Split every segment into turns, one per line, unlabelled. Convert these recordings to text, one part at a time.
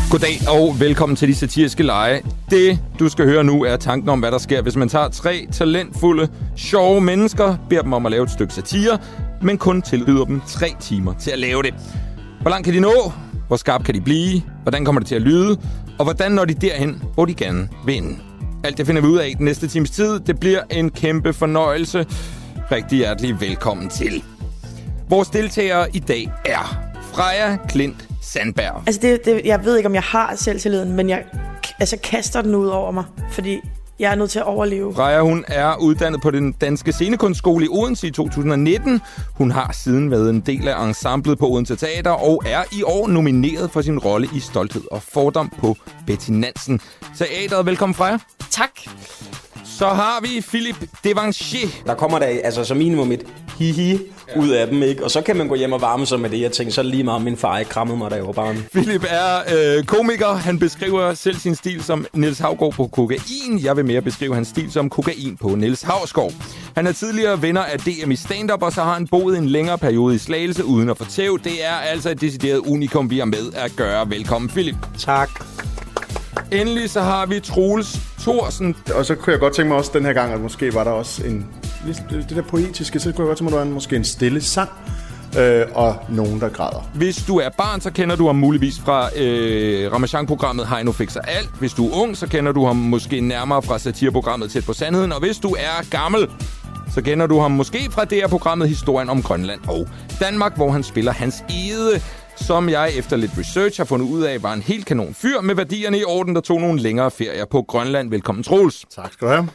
Goddag og velkommen til de satiriske lege. Det, du skal høre nu, er tanken om, hvad der sker, hvis man tager 3 talentfulde, sjove mennesker, beder dem om at lave et stykke satire, men kun tilbyder dem 3 timer til at lave det. Hvor langt kan de nå? Hvor skarpt kan de blive? Hvordan kommer det til at lyde? Og hvordan når de derhen, hvor de gerne vil ende? Alt det finder vi ud af i den næste times tid. Det bliver en kæmpe fornøjelse. Rigtig hjertelig velkommen til. Vores deltagere i dag er Freja Klint Sandberg.
Altså jeg ved ikke, om jeg har selvtilliden, men jeg kaster den ud over mig, fordi jeg er nødt til at overleve.
Freja, hun er uddannet på den Danske Scenekunstskole i Odense i 2019. Hun har siden været en del af ensemblet på Odense Teater og er i år nomineret for sin rolle i Stolthed og Fordom på Betty Nansen Teateret. Velkommen, Freja.
Tak.
Så har vi Philip Devanché.
Der kommer der altså som minimum et hihi ud af dem, ikke? Og så kan man gå hjem og varme sig med det. Jeg tænkte så lige meget, min far ikke krammede mig, da jeg var barn.
Philip er komiker. Han beskriver selv sin stil som Niels Hausgaard på kokain. Jeg vil mere beskrive hans stil som kokain på Niels Hausgaard. Han er tidligere vinder af DM i stand-up, og så har han boet en længere periode i Slagelse uden at fortæve. Det er altså et decideret unikum, vi er med at gøre. Velkommen, Philip.
Tak.
Endelig så har vi Troels Thorsen.
Og så kunne jeg godt tænke mig også den her gang, at måske var der også en... Det der poetiske, så kunne jeg godt tænke mig, at der var måske en stille sang, og nogen, der græder.
Hvis du er barn, så kender du ham muligvis fra Ramachan-programmet Heino Fikser Alt. Hvis du er ung, så kender du ham måske nærmere fra satireprogrammet Tæt på Sandheden. Og hvis du er gammel, så kender du ham måske fra DR-programmet Historien om Grønland og Danmark, hvor han spiller Hans Ede, som jeg efter lidt research har fundet ud af, var en helt kanon fyr med værdierne i orden, der tog nogle længere ferier på Grønland. Velkommen, Troels.
Tak skal du have.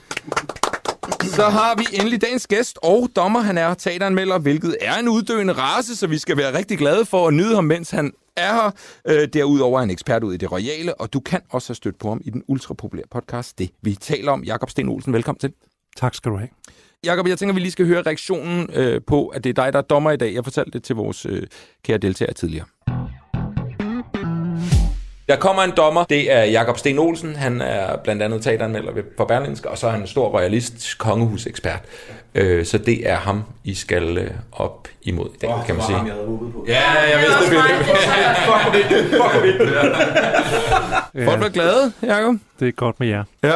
Så har vi endelig dagens gæst og dommer. Han er teateranmelder, hvilket er en uddøende race, så vi skal være rigtig glade for at nyde ham, mens han er her. Derudover er han ekspert ud i det royale, og du kan også have stødt på ham i den ultrapopulære podcast, Det vi taler om. Jakob Sten Olsen, velkommen til.
Tak skal du have.
Jakob, jeg tænker, vi lige skal høre reaktionen på, at det er dig, der er dommer i dag. Jeg fortalte det til vores kære deltagere tidligere. Der kommer en dommer. Det er Jakob Sten Olsen. Han er blandt andet teateranmelder for Berlingske, og så er han en stor royalist, kongehusekspert. Så det er ham, I skal op imod i dag, kan man sige. Ja, jeg vidste det. Folk er glade, Jakob.
Det er godt med jer.
Ja,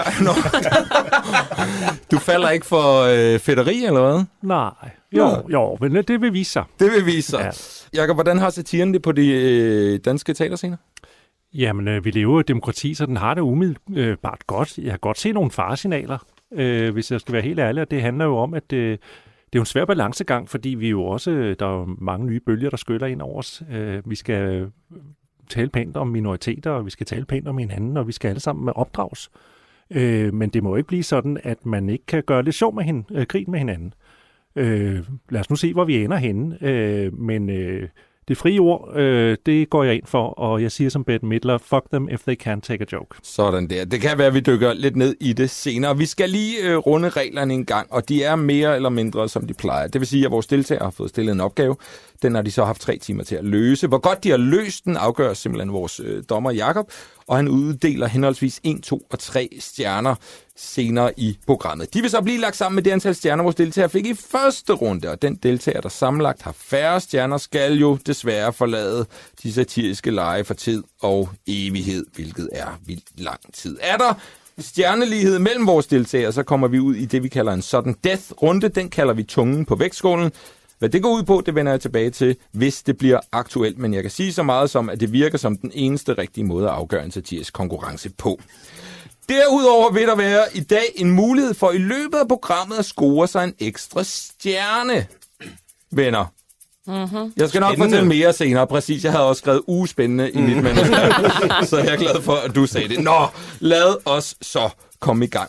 Du falder ikke for fedteri, eller hvad?
Nej. Jo, men det vil vise sig.
Det vil vise sig. Ja. Jakob, hvordan har satiren det på de danske teaterscener?
Jamen, vi lever i et demokrati, så den har det umiddelbart godt. Jeg har godt set nogle faresignaler, hvis jeg skal være helt ærlig. Og det handler jo om, at det er jo en svær balancegang, fordi vi jo også, der er mange nye bølger, der skyller ind over os. Vi skal tale pænt om minoriteter, og vi skal tale pænt om hinanden, og vi skal alle sammen opdrages. Men det må ikke blive sådan, at man ikke kan gøre lidt sjov med grin med hinanden. Lad os nu se, hvor vi ender henne. Men det frie ord, det går jeg ind for, og jeg siger som Bette Midler, fuck them if they can't take a joke.
Sådan der. Det kan være, at vi dykker lidt ned i det senere. Vi skal lige runde reglerne en gang, og de er mere eller mindre, som de plejer. Det vil sige, at vores deltagere har fået stillet en opgave. Den har de så haft 3 timer til at løse. Hvor godt de har løst den, afgør simpelthen vores dommer Jakob, og han uddeler henholdsvis 1, 2 og 3 stjerner senere i programmet. De vil så blive lagt sammen med det antal stjerner, vores deltagere fik i første runde, og den deltager, der sammenlagt har færre stjerner, skal jo desværre forlade de satiriske lege for tid og evighed, hvilket er vildt lang tid. Er der stjernelighed mellem vores deltagere, så kommer vi ud i det, vi kalder en sudden death-runde. Den kalder vi tungen på vægtskålen. Hvad det går ud på, det vender jeg tilbage til, hvis det bliver aktuelt. Men jeg kan sige så meget som, at det virker som den eneste rigtige måde at afgøre en satirisk konkurrence på. Derudover vil der være i dag en mulighed for i løbet af programmet at score sig en ekstra stjerne, venner. Mm-hmm. Jeg skal nok fortælle mere senere, præcis. Jeg havde også skrevet spændende i mit manuskript, så jeg er glad for, at du sagde det. Nå, lad os så komme i gang.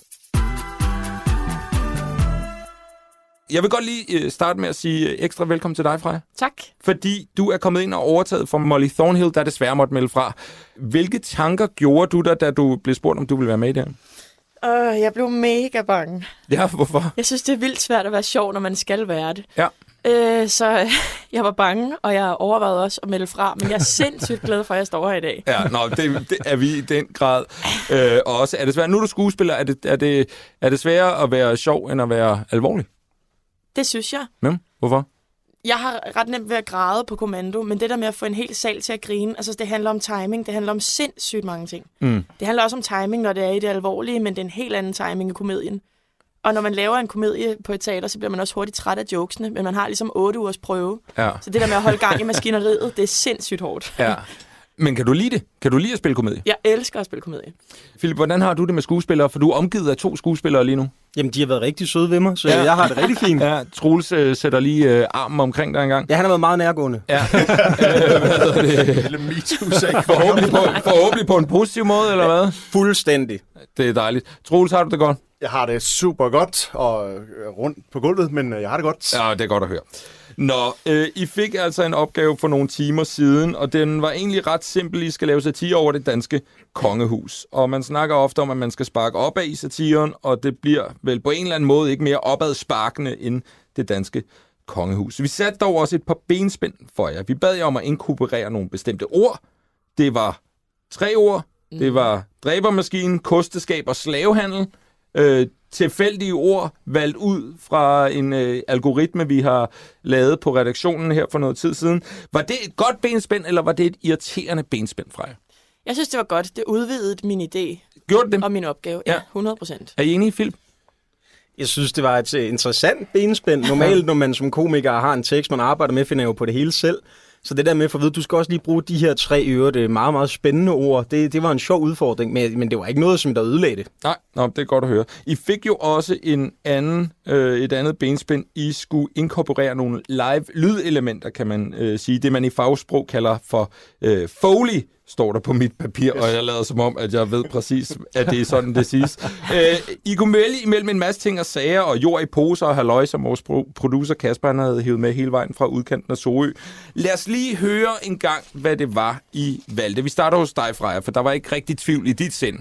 Jeg vil godt lige starte med at sige ekstra velkommen til dig, Freja.
Tak.
Fordi du er kommet ind og overtaget fra Molly Thornhill, der desværre måtte melde fra. Hvilke tanker gjorde du dig, da du blev spurgt, om du ville være med i det her?
Jeg blev mega bange.
Ja, hvorfor?
Jeg synes, det er vildt svært at være sjov, når man skal være det.
Ja.
Så jeg var bange, og jeg overvejede også at melde fra, men jeg er sindssygt glad for, at jeg står her i dag.
Ja, det er vi i den grad. Og også, er det svært? Nu er du skuespiller. Er det sværere at være sjov, end at være alvorlig?
Det synes jeg.
Ja, hvorfor?
Jeg har ret nemt ved at græde på kommando, men det der med at få en hel sal til at grine, altså det handler om timing, det handler om sindssygt mange ting. Det handler også om timing, når det er i det alvorlige, men det er en helt anden timing i komedien. Og når man laver en komedie på et teater, så bliver man også hurtigt træt af jokesene, men man har ligesom 8 ugers prøve. Ja. Så det der med at holde gang i maskineriet, det er sindssygt hårdt.
Ja. Men kan du lide det? Kan du lide at spille komedie?
Jeg elsker at spille komedie.
Philip, hvordan har du det med skuespillere? For du er omgivet af 2 skuespillere lige nu.
Jamen, de har været rigtig søde ved mig, så jeg har det rigtig fint.
Ja, Troels sætter lige armen omkring dig en gang.
Ja, han har været meget nærgående.
Ja. Forhåbentlig på en positiv måde, eller hvad?
Fuldstændig.
Det er dejligt. Troels, har du det godt?
Jeg har det super godt og rundt på gulvet, men jeg har det godt.
Ja, det er godt at høre. Nå, I fik altså en opgave for nogle timer siden, og den var egentlig ret simpel. I skal lave satire over det danske kongehus. Og man snakker ofte om, at man skal sparke opad i satiren, og det bliver vel på en eller anden måde ikke mere opadsparkende end det danske kongehus. Vi satte dog også et par benspænd for jer. Vi bad jer om at inkorporere nogle bestemte ord. Det var 3 ord. Det var dræbermaskine, kosteskab og slavehandel. Tilfældige ord valgt ud fra en algoritme, vi har lavet på redaktionen her for noget tid siden. Var det et godt benspænd, eller var det et irriterende benspænd fra jer?
Jeg synes, det var godt. Det udvidede min idé.
Gjorde det?
Og min opgave. Ja, 100%.
Er I enige, Philip?
Jeg synes, det var et interessant benspænd. Normalt, når man som komiker har en tekst, man arbejder med, finder jeg jo på det hele selv. Så det der med, for du skal også lige bruge de her 3 det er meget, meget spændende ord. Det var en sjov udfordring, men det var ikke noget, som der ødelagde det.
Nej, det er godt at høre. I fik jo også et andet benspænd. I skulle inkorporere nogle live lydelementer, kan man sige. Det, man i fagsprog kalder for Foley, står der på mit papir, og jeg lader som om, at jeg ved præcis, at det er sådan, det siges. I kunne vælge imellem en masse ting og sager, og jord i poser og halløj, som vores producer Kasper han havde hævet med hele vejen fra udkanten af Sorø. Lad os lige høre en gang, hvad det var, I valgte. Vi starter hos dig, Freja, for der var ikke rigtig tvivl i dit sind.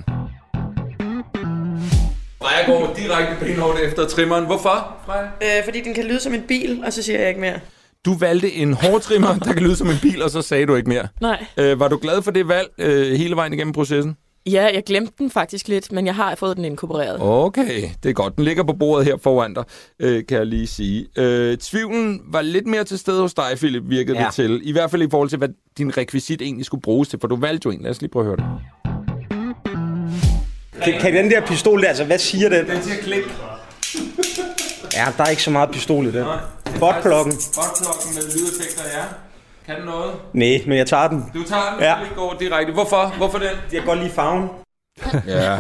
Freja går direkte benhårdt efter trimmeren. Hvorfor, Freja?
Fordi den kan lyde som en bil, og så siger jeg ikke mere.
Du valgte en hårtrimmer, der kan lyde som en bil, og så sagde du ikke mere.
Nej.
Var du glad for det valg hele vejen igennem processen?
Ja, jeg glemte den faktisk lidt, men jeg har fået den inkorporeret.
Okay, det er godt. Den ligger på bordet her foran dig, kan jeg lige sige. Tvivlen var lidt mere til stede hos dig, Philip, virkede det til. I hvert fald i forhold til, hvad din rekvisit egentlig skulle bruges til, for du valgte jo en. Lad os lige prøve at høre det.
Kan den der pistol der, altså hvad siger den?
Den siger klik.
Ja, der er ikke så meget pistol i den. Botplukken.
Botplukken med lydeffekter, ja. Kan den noget?
Nej, men jeg tager den.
Du tager den?
Ja.
Det går direkte. Hvorfor? Hvorfor den?
Jeg kan godt lide farven.
Ja.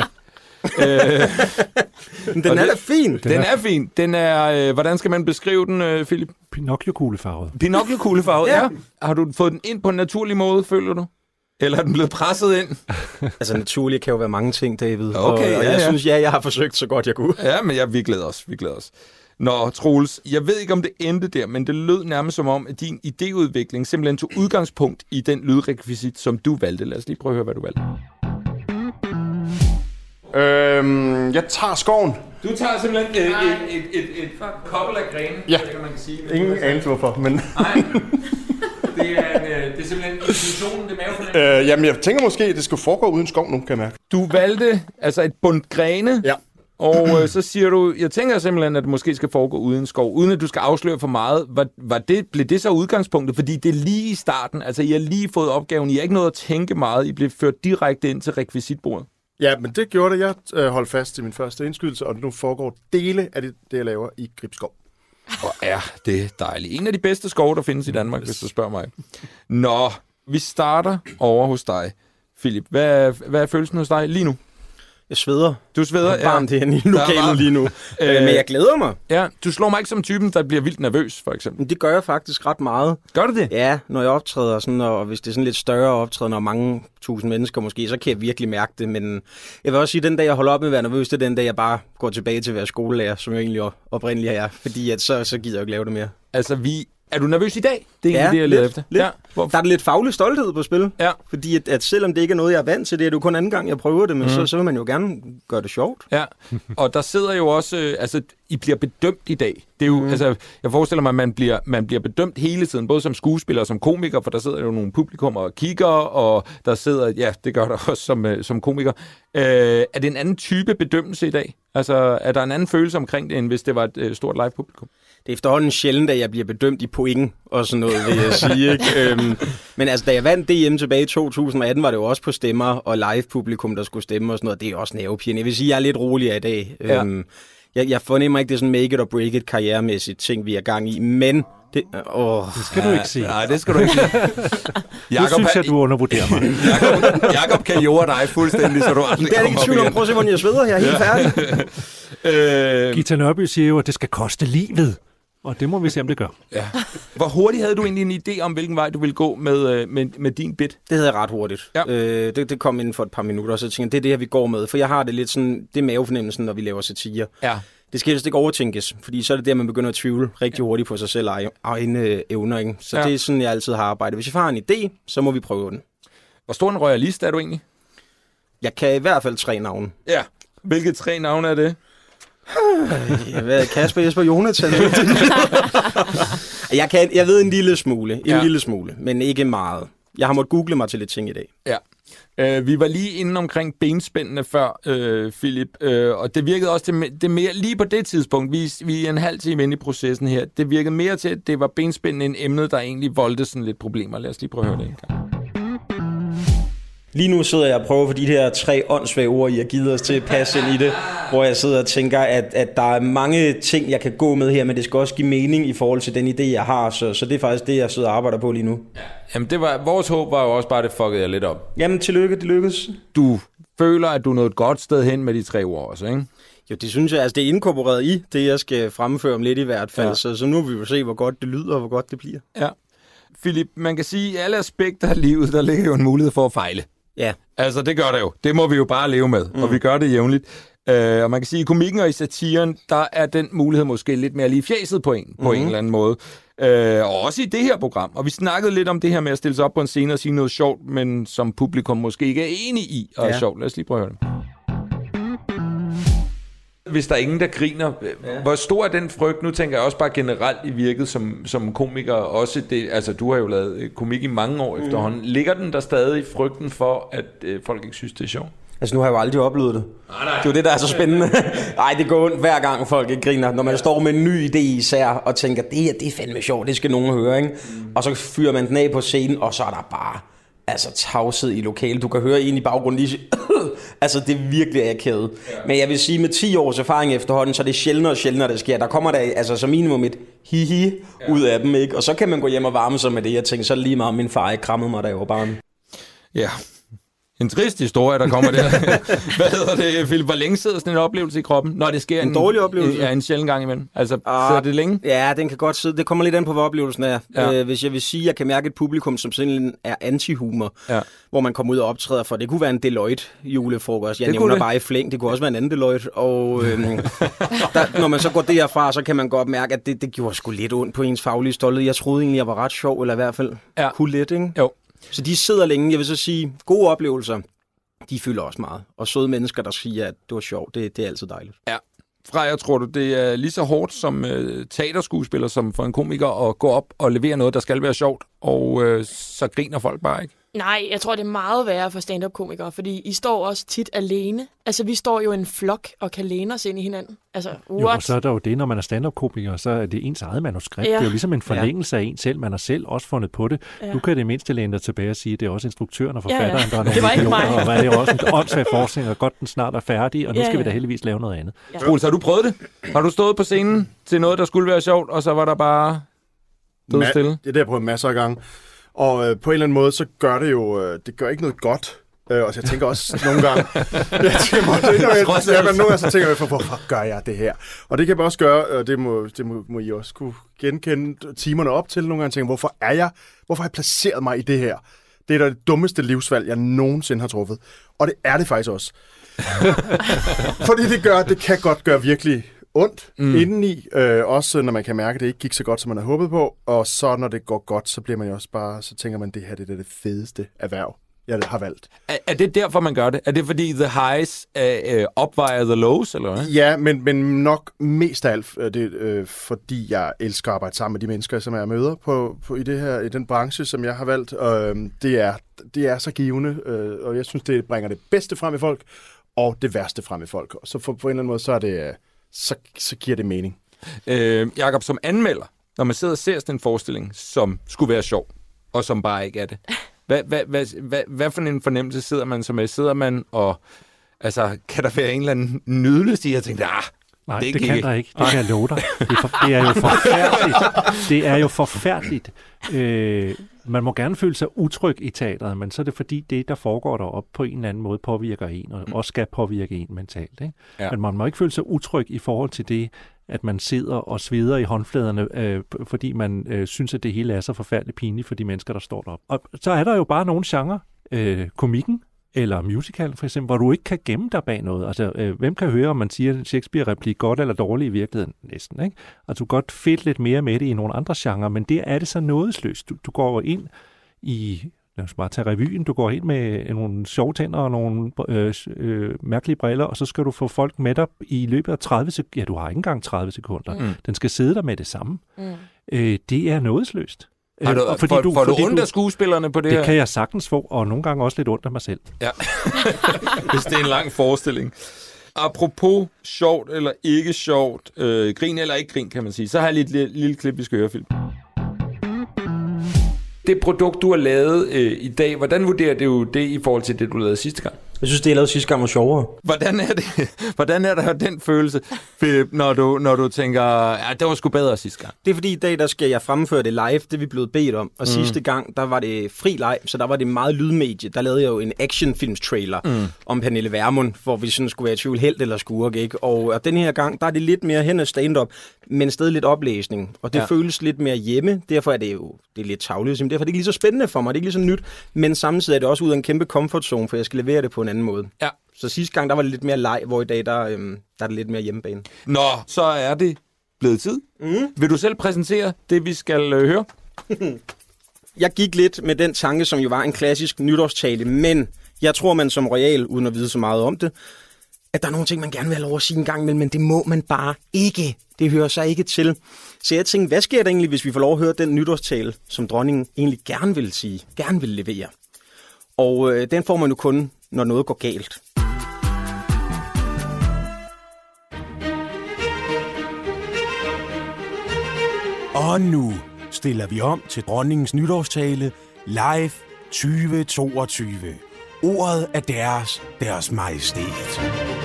Den er da fin.
Den er fin. Den er, hvordan skal man beskrive den, Philip?
Pinocchio-kuglefarvet.
Pinocchio-kuglefarvet, ja. Har du fået den ind på en naturlig måde, føler du? Eller er den blevet presset ind?
Altså naturligt kan jo være mange ting, David.
Okay,
og jeg synes, jeg har forsøgt så godt jeg kunne.
Ja, men vi glæder os. Nå, Troels, jeg ved ikke, om det endte der, men det lød nærmest som om, at din idéudvikling simpelthen tog udgangspunkt i den lydrekvisit, som du valgte. Lad os lige prøve at høre, hvad du valgte.
Jeg tager skoven.
Du tager simpelthen et kobbel af grene,
ja.
kan man sige.
Ingen anelse hvorfor, men...
Nej. Det er simpelthen intuitionen, det mavefornemmelsen.
Jamen, jeg tænker måske, at det skulle foregå uden skov nu, kan jeg mærke.
Du valgte altså et bundt grene,
ja.
Og så siger du, jeg tænker simpelthen, at det måske skal foregå uden skov, uden at du skal afsløre for meget. Blev det så udgangspunktet? Fordi det er lige i starten, altså I har lige fået opgaven, I har ikke noget at tænke meget, I blev ført direkte ind til rekvisitbordet.
Ja, men det gjorde det. Jeg holdt fast til min første indskydelse, og nu foregår dele af det jeg laver i Gribskov.
Og er det dejligt. En af de bedste skove, der findes i Danmark, hvis du spørger mig. Nå, vi starter over hos dig, Philip. Hvad er følelsen hos dig lige nu?
Jeg sveder.
Du sveder,
ja. Varmt herinde i lokalet lige nu. Men jeg glæder mig.
Ja, du slår mig ikke som typen, der bliver vildt nervøs, for eksempel.
Det gør jeg faktisk ret meget.
Gør du det?
Ja, når jeg optræder, sådan, og hvis det er sådan lidt større optræden, og mange tusind mennesker måske, så kan jeg virkelig mærke det. Men jeg vil også sige, at den dag, jeg holder op med at være nervøs, det er den dag, jeg bare går tilbage til at være skolelærer, som jeg egentlig oprindeligt er. Fordi at så gider jeg ikke lave det mere.
Altså, er du nervøs i dag? Det er egentlig det, jeg leder efter.
Lidt. Ja. Der er lidt faglig stolthed på spil.
Ja.
Fordi at selvom det ikke er noget, jeg er vant til, det er jo kun anden gang, jeg prøver det, men så vil man jo gerne gøre det sjovt.
Ja, og der sidder jo også, altså, I bliver bedømt i dag. Det er jo, altså, jeg forestiller mig, at man bliver bedømt hele tiden, både som skuespiller og som komiker, for der sidder jo nogle publikummer og kigger, og der sidder, ja, det gør der også som komiker. Er det en anden type bedømmelse i dag? Altså, er der en anden følelse omkring det, end hvis det var et stort live publikum?
Det er efterhånden sjældent, at jeg bliver bedømt i point og sådan noget, vil jeg sige. Ikke? Men altså, da jeg vandt DM tilbage i 2018, var det jo også på stemmer og live-publikum, der skulle stemme og sådan noget. Det er også nervepirrende. Jeg vil sige, at jeg er lidt roligere i dag. Ja. Jeg fornemmer ikke, det er sådan make it or break it karrieremæssigt ting, vi er gang i, men... Det
skal du ikke sige.
Nej, det skal du ikke sige.
Nu synes jeg, du undervurderer mig.
Jakob kan jorde dig fuldstændig, så du aldrig
kommer op igen. Det er ikke tvivl om. Prøv at se, hvordan jeg sveder. Jeg er helt færdig.
Gita Nørby siger jo, at det skal koste livet. Og det må vi se, om det gør.
Ja. Hvor hurtigt havde du egentlig en idé om, hvilken vej du ville gå med din bid?
Det havde jeg ret hurtigt. Ja. Det kom inden for et par minutter, og så tænkte jeg, det er det her, vi går med. For jeg har det lidt sådan, det er mavefornemmelsen, når vi laver satire. Ja. Det skal helst ikke overtænkes, fordi så er det der, man begynder at tvivle rigtig hurtigt på sig selv og egne evner. Ikke? Så det er sådan, jeg altid har arbejdet. Hvis jeg har en idé, så må vi prøve den.
Hvor stor en royalist er du egentlig? Jeg
kan i hvert fald 3 navne.
Ja. Hvilke 3 navne er det?
Kasper, Jesper, Jonathan. Jeg ved en lille smule, men ikke meget. Jeg har måttet google mig til lidt ting i dag.
Ja. Vi var lige inde omkring benspændene før, Philip, og det virkede også det mere, lige på det tidspunkt, vi er en halv time inde i processen her, det virkede mere til, at det var benspændene end emnet, der egentlig voldte sådan lidt problemer. Lad os lige prøve at høre det en gang.
Lige nu sidder jeg og prøver for de her 3 åndssvage ord, I har givet os til at passe ind i det, hvor jeg sidder og tænker, at der er mange ting, jeg kan gå med her, men det skal også give mening i forhold til den idé, jeg har. Så det er faktisk det, jeg sidder og arbejder på lige nu.
Ja. Jamen, vores håb var jo også bare, det fuckede jeg lidt op.
Jamen, tillykke, det lykkedes.
Du føler, at du er nået et godt sted hen med de 3 ord også, ikke?
Jo, det synes jeg, altså det er inkorporeret i det, jeg skal fremføre om lidt i hvert fald. Ja. Så nu vil vi jo se, hvor godt det lyder, og hvor godt det bliver. Ja.
Philip, man kan sige, at i alle aspekter af livet, der ligger jo en mulighed for at fejle. Ja. Altså, det gør det jo. Det må vi jo bare leve med, og vi gør det jævnligt. Og man kan sige, at i komikken og i satiren, der er den mulighed måske lidt mere lige fjæset på en eller anden måde. Og også i det her program. Og vi snakkede lidt om det her med at stille sig op på en scene og sige noget sjovt, men som publikum måske ikke er enig i, og er sjovt. Lad os lige prøve at høre det. Hvis der er ingen, der griner, hvor stor er den frygt? Nu tænker jeg også bare generelt i virket som komiker. Også det, altså, du har jo lavet komik i mange år efterhånden. Ligger den der stadig frygten for, at folk ikke synes, det er sjovt?
Altså, nu har jeg jo aldrig oplevet det. Nej. Det er jo det, der er så spændende. Nej, det går ondt hver gang, folk ikke griner. Når man står med en ny idé især, og tænker, det er fandme sjovt, det skal nogen høre, ikke? Og så fyrer man den af på scenen, og så er der bare tavshed i lokalet. Du kan høre en i baggrunden lige sige, altså, det er virkelig akavet. Ja. Men jeg vil sige, med 10 års erfaring efterhånden, så er det sjældnere og sjældnere, det sker. Der kommer der som minimum et hihi ud af dem, ikke? Og så kan man gå hjem og varme sig med det. Jeg tænker, så lige meget min far ikke krammede mig, da jeg var barn. Ja.
En trist historie, der kommer der. Hvad hedder det, Philip? Hvor længe sidder sådan en oplevelse i kroppen? Når det sker
en dårlig oplevelse?
Ja, en sjælden gang imellem. Altså, sidder det længe?
Ja, den kan godt sidde. Det kommer lidt an på, hvad oplevelsen er. Ja. Hvis jeg vil sige, at jeg kan mærke et publikum, som simpelthen er anti-humor, hvor man kommer ud og optræder for. Det kunne være en Deloitte-julefrokost. Jeg nævner bare i flæng. Det kunne også være en anden Deloitte. Og når man så går derfra, så kan man godt mærke, at det gjorde sgu lidt ondt på ens faglige stolthed. Jeg troede egentlig, jeg var ret sjov, eller i hvert fald kunne lidt, ikke? Jo. Så de sidder længe. Jeg vil så sige, gode oplevelser, de fylder også meget. Og søde mennesker, der siger, at det var sjovt, det er altid dejligt.
Ja. Freja, tror du, det er lige så hårdt som teaterskuespiller, som for en komiker, at gå op og levere noget, der skal være sjovt, og så griner folk bare ikke?
Nej, jeg tror, det er meget værre for stand-up-komikere, fordi I står også tit alene. Altså, vi står jo en flok og kan læne os ind i hinanden. Altså,
jo, og så er der jo det, når man er stand-up-komiker, så er det ens eget manuskript. Ja. Det er jo ligesom en forlængelse af en selv. Man har selv også fundet på det. Ja. Nu kan det mindste læne dig tilbage og sige, at det er også instruktøren og forfatteren, der er
det var ikke mig.
Og det er også en åndssvag forskning, og godt den snart er færdig, og nu skal vi da heldigvis lave noget andet.
Ja. Troels, har du prøvet det? Har du stået på scenen til noget, der skulle være sjovt, og så var der bare død stille?
Det har jeg prøvet masser af gange. Og på en eller anden måde, så gør det jo, det gør ikke noget godt. Og så jeg tænker også nogle gange, nogle gange så tænker jeg, hvorfor gør jeg det her? Og det kan man også gøre, og det må I også kunne genkende timerne op til. Nogle gange tænker hvorfor har jeg placeret mig i det her? Det er da det dummeste livsvalg, jeg nogensinde har truffet. Og det er det faktisk også. Fordi det kan godt gøre virkelig ondt indeni, også når man kan mærke, at det ikke gik så godt, som man havde håbet på, og så når det går godt, så bliver man jo også bare, så tænker man, det her det er det fedeste erhverv, jeg har valgt.
Er det derfor, man gør det? Er det fordi the highs opvejer the lows, eller hvad?
Ja, men nok mest af alt, fordi jeg elsker at arbejde sammen med de mennesker, som jeg møder i den branche, som jeg har valgt. Det er så givende, og jeg synes, det bringer det bedste frem i folk, og det værste frem i folk. Så på en eller anden måde, så er det... Så giver det mening.
Jakob, som anmelder, når man sidder og ser sådan en forestilling, som skulle være sjov, og som bare ikke er det. Hvad for en fornemmelse sidder man så med? Sidder man og... Altså, kan der være en eller anden nydelse i at tænke,
nej, det kan der ikke. Det kan jeg love dig. Det er jo forfærdeligt. Det er jo forfærdeligt. Man må gerne føle sig utryg i teatret, men så er det fordi, det, der foregår deroppe på en eller anden måde, påvirker en, og også skal påvirke en mentalt. Ikke? Ja. Men man må ikke føle sig utryg i forhold til det, at man sidder og sveder i håndfladerne, fordi man synes, at det hele er så forfærdeligt pinligt for de mennesker, der står deroppe. Og så er der jo bare nogle genre, komikken, eller musical for eksempel, hvor du ikke kan gemme dig bag noget. Altså, hvem kan høre, om man siger en Shakespeare-replik godt eller dårligt i virkeligheden? Næsten, ikke? Altså, du kan godt fedt lidt mere med det i nogle andre genrer, men det er det så nådesløst. Du går ind i, lad os bare tage revyen, du går ind med nogle sjove tænder og nogle mærkelige briller, og så skal du få folk med dig i løbet af 30 sekunder. Ja, du har ikke engang 30 sekunder. Den skal sidde der med det samme. Det er nådesløst.
Får du ondt af skuespillerne på det her?
Det kan jeg sagtens få, og nogle gange også lidt ondt af mig selv. Ja,
hvis det er en lang forestilling. Apropos sjovt eller ikke sjovt, grin eller ikke grin, kan man sige, så har jeg lige et lille klip, vi skal høre, Philip. Det produkt, du har lavet i dag, hvordan vurderer du det i forhold til det, du lavede sidste gang?
Jeg synes, det, jeg lavede sidste gang, var sjovere.
Hvordan er der den følelse, Philip, når du tænker, ja, det var sgu bedre sidste gang?
Det er fordi, i dag, der skal jeg fremføre det live, det vi blevet bedt om. Og sidste gang, der var det fri live, så der var det meget lydmedie. Der lavede jeg jo en actionfilmstrailer om Pernille Vermund, hvor vi sådan skulle være i tvivl helt eller skurk, ikke? Og den her gang, der er det lidt mere hen ad stand-up, men stadig lidt oplæsning. Og det føles lidt mere hjemme. Derfor er det jo lidt tarveligt. Derfor er det ikke lige så spændende for mig, det er ikke lige så nyt. Men samtidig er det også ud af en kæmpe comfort zone, for jeg skal levere det på en anden måde. Ja. Så sidste gang, der var det lidt mere leg, hvor i dag, der er det lidt mere hjemmebane.
Nå, så er det blevet tid. Vil du selv præsentere det, vi skal høre?
Jeg gik lidt med den tanke, som jo var en klassisk nytårstale, men jeg tror, man som royal, uden at vide så meget om det, at der er nogle ting, man gerne vil have lov at sige en gang imellem, men det må man bare ikke. Det hører sig ikke til. Så jeg tænkte, hvad sker der egentlig, hvis vi får lov at høre den nytårstale, som dronningen egentlig gerne vil sige, gerne vil levere? Og den får man jo kun, når noget går galt.
Og nu stiller vi om til dronningens nytårstale live 2022. Ordet er deres majestæt.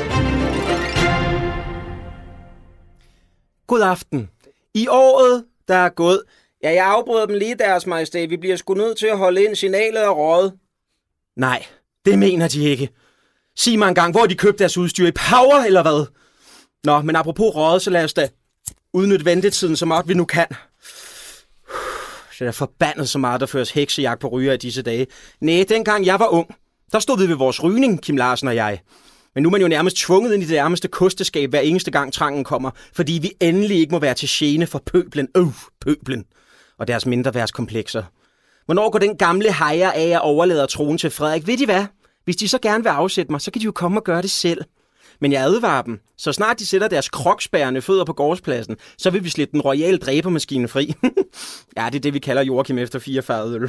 God aften. I året, der er gået... Ja, jeg afbryder dem lige, deres majestæt. Vi bliver sgu nødt til at holde ind. Signalet er røget. Nej, det mener de ikke. Sig mig engang, hvor de købte deres udstyr? I Power, eller hvad? Nå, men apropos røget, så lad os da udnytte ventetiden så meget vi nu kan. Så er forbandet så meget, der føres heksejagt på ryger i disse dage. Næh, dengang jeg var ung, der stod vi ved vores rygning, Kim Larsen og jeg. Men nu er man jo nærmest tvunget ind i det nærmeste kosteskab, hver eneste gang trangen kommer, fordi vi endelig ikke må være til gene for pøblen og deres mindreværdskomplekser. Hvornår går den gamle hejer af at overlade tronen til Frederik? Ved de hvad? Hvis de så gerne vil afsætte mig, så kan de jo komme og gøre det selv. Men jeg advarer dem. Så snart de sætter deres kroksbærende fødder på gårdspladsen, så vil vi slippe den royale dræbermaskine fri. Ja, det er det, vi kalder Joachim efter 44.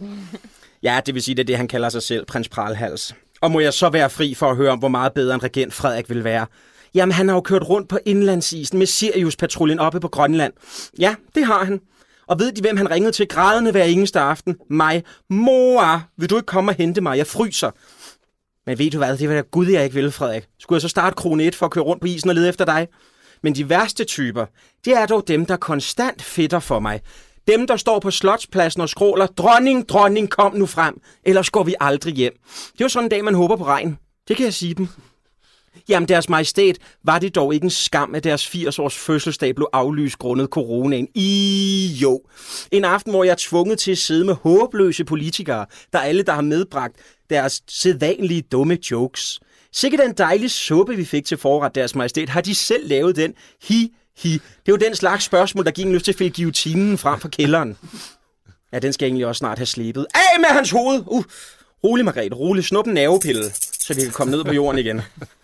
Ja, det vil sige, det er det, han kalder sig selv, prins Pralhals. Og må jeg så være fri for at høre om, hvor meget bedre en regent Frederik vil være? Jamen, han har jo kørt rundt på indlandsisen med Sirius-patruljen oppe på Grønland. Ja, det har han. Og ved de, hvem han ringede til grædende hver eneste aften? Mig. Mor, vil du ikke komme og hente mig? Jeg fryser. Men ved du hvad, det var da Gud, jeg ikke ville, Frederik. Skulle jeg så starte krone 1 for at køre rundt på isen og lede efter dig? Men de værste typer, det er dog dem, der konstant fedter for mig. Dem, der står på Slotspladsen og skråler, dronning, dronning, kom nu frem, ellers går vi aldrig hjem. Det er jo sådan en dag, man håber på regn. Det kan jeg sige dem. Jamen, deres majestæt, var det dog ikke en skam, at deres 80-års fødselsdag blev aflyst grundet coronaen? Jo. En aften, hvor jeg er tvunget til at sidde med håbløse politikere, der har medbragt deres sædvanlige dumme jokes. Sikkert den dejlige suppe, vi fik til forret, deres majestæt. Har de selv lavet den? Hi. Det er jo den slags spørgsmål, der gik en lyst til at fælde guillotinen frem fra kælderen. Ja, den skal jeg egentlig også snart have slebet. Af med hans hoved! Rolig, Margrethe, rolig. Snup en nervepille, så vi kan komme ned på jorden igen.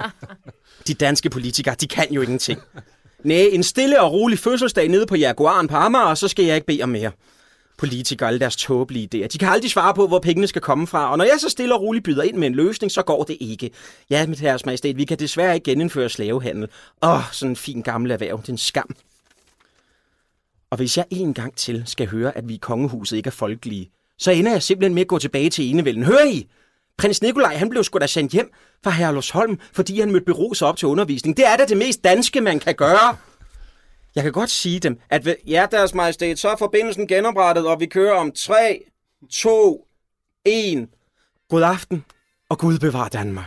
De danske politikere, de kan jo ingenting. Næh, en stille og rolig fødselsdag nede på Jaguaren på Amager, og så skal jeg ikke bede om mere. Politikere, alle deres tåbelige idéer. De kan aldrig svare på, hvor pengene skal komme fra. Og når jeg så stille og roligt byder ind med en løsning, så går det ikke. Ja, mit herres majestæt, vi kan desværre ikke genindføre slavehandel. Sådan en fin gammel erhverv. Det er en skam. Og hvis jeg en gang til skal høre, at vi i kongehuset ikke er folkelige, så ender jeg simpelthen med at gå tilbage til enevælden. Hører I? Prins Nikolaj, han blev sgu da sendt hjem fra Herlufsholm, fordi han mødte beruset op til undervisning. Det er da det mest danske, man kan gøre. Jeg kan godt sige dem, at deres majestæt, så er forbindelsen genoprettet, og vi kører om 3, 2, 1. God aften, og Gud bevarer Danmark.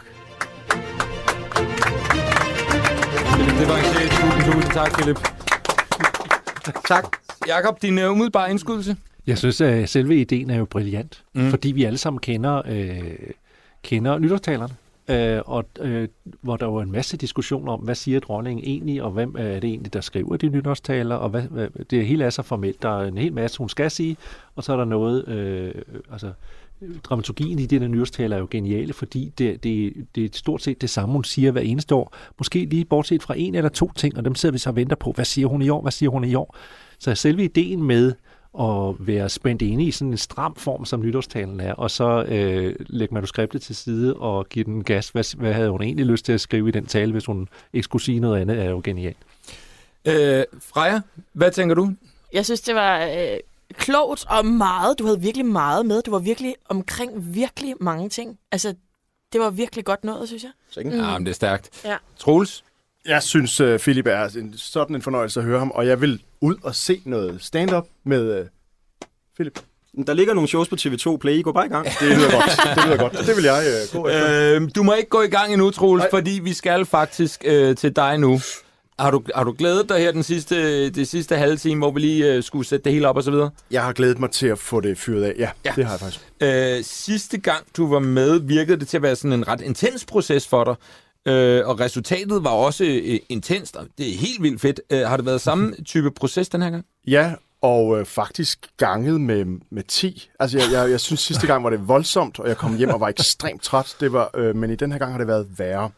Det var en kæde. Tusind tak, Philip.
Tak.
Jakob, din umiddelbare indskydelse?
Jeg synes, at selve ideen er jo brilliant, fordi vi alle sammen kender nytårstalerne, hvor der var en masse diskussion om, hvad siger dronningen egentlig, og hvem er det egentlig, der skriver de nytårstaler, og det hele er så formelt. Der er en hel masse, hun skal sige, og så er der noget, dramaturgien i de der nytårstaler er jo geniale, fordi det er stort set det samme, hun siger hver eneste år. Måske lige bortset fra en eller to ting, og dem sidder vi så og venter på. Hvad siger hun i år? Hvad siger hun i år? Så selve ideen med at være spændt inde i sådan en stram form, som nytårstalen er, og så lægge manuskriptet til side og give den gas. Hvad havde hun egentlig lyst til at skrive i den tale, hvis hun ikke skulle sige noget andet, er jo genialt.
Freja, hvad tænker du?
Jeg synes, det var klogt og meget. Du havde virkelig meget med. Du var virkelig omkring virkelig mange ting. Altså, det var virkelig godt noget, synes jeg.
Ja, men det er stærkt.
Ja.
Troels?
Jeg synes, Philip er sådan en fornøjelse at høre ham, og jeg vil ud og se noget stand-up med Philip.
Der ligger nogle shows på TV2 Play. Gå bare i gang.
Det lyder godt. Det vil jeg gå efter.
Du må ikke gå i gang endnu, Troels, fordi vi skal faktisk til dig nu. Har du glædet dig her det sidste halve time, hvor vi lige skulle sætte det hele op og så videre?
Jeg har glædet mig til at få det fyret af. Ja. Det har jeg faktisk.
Sidste gang, du var med, virkede det til at være sådan en ret intens proces for dig. Og resultatet var også intenst. Det er helt vildt fedt. Har det været samme type proces den her gang?
Ja, og faktisk ganget med 10. Altså, jeg synes sidste gang var det voldsomt, og jeg kom hjem og var ekstremt træt. Det var, men i den her gang har det været værre.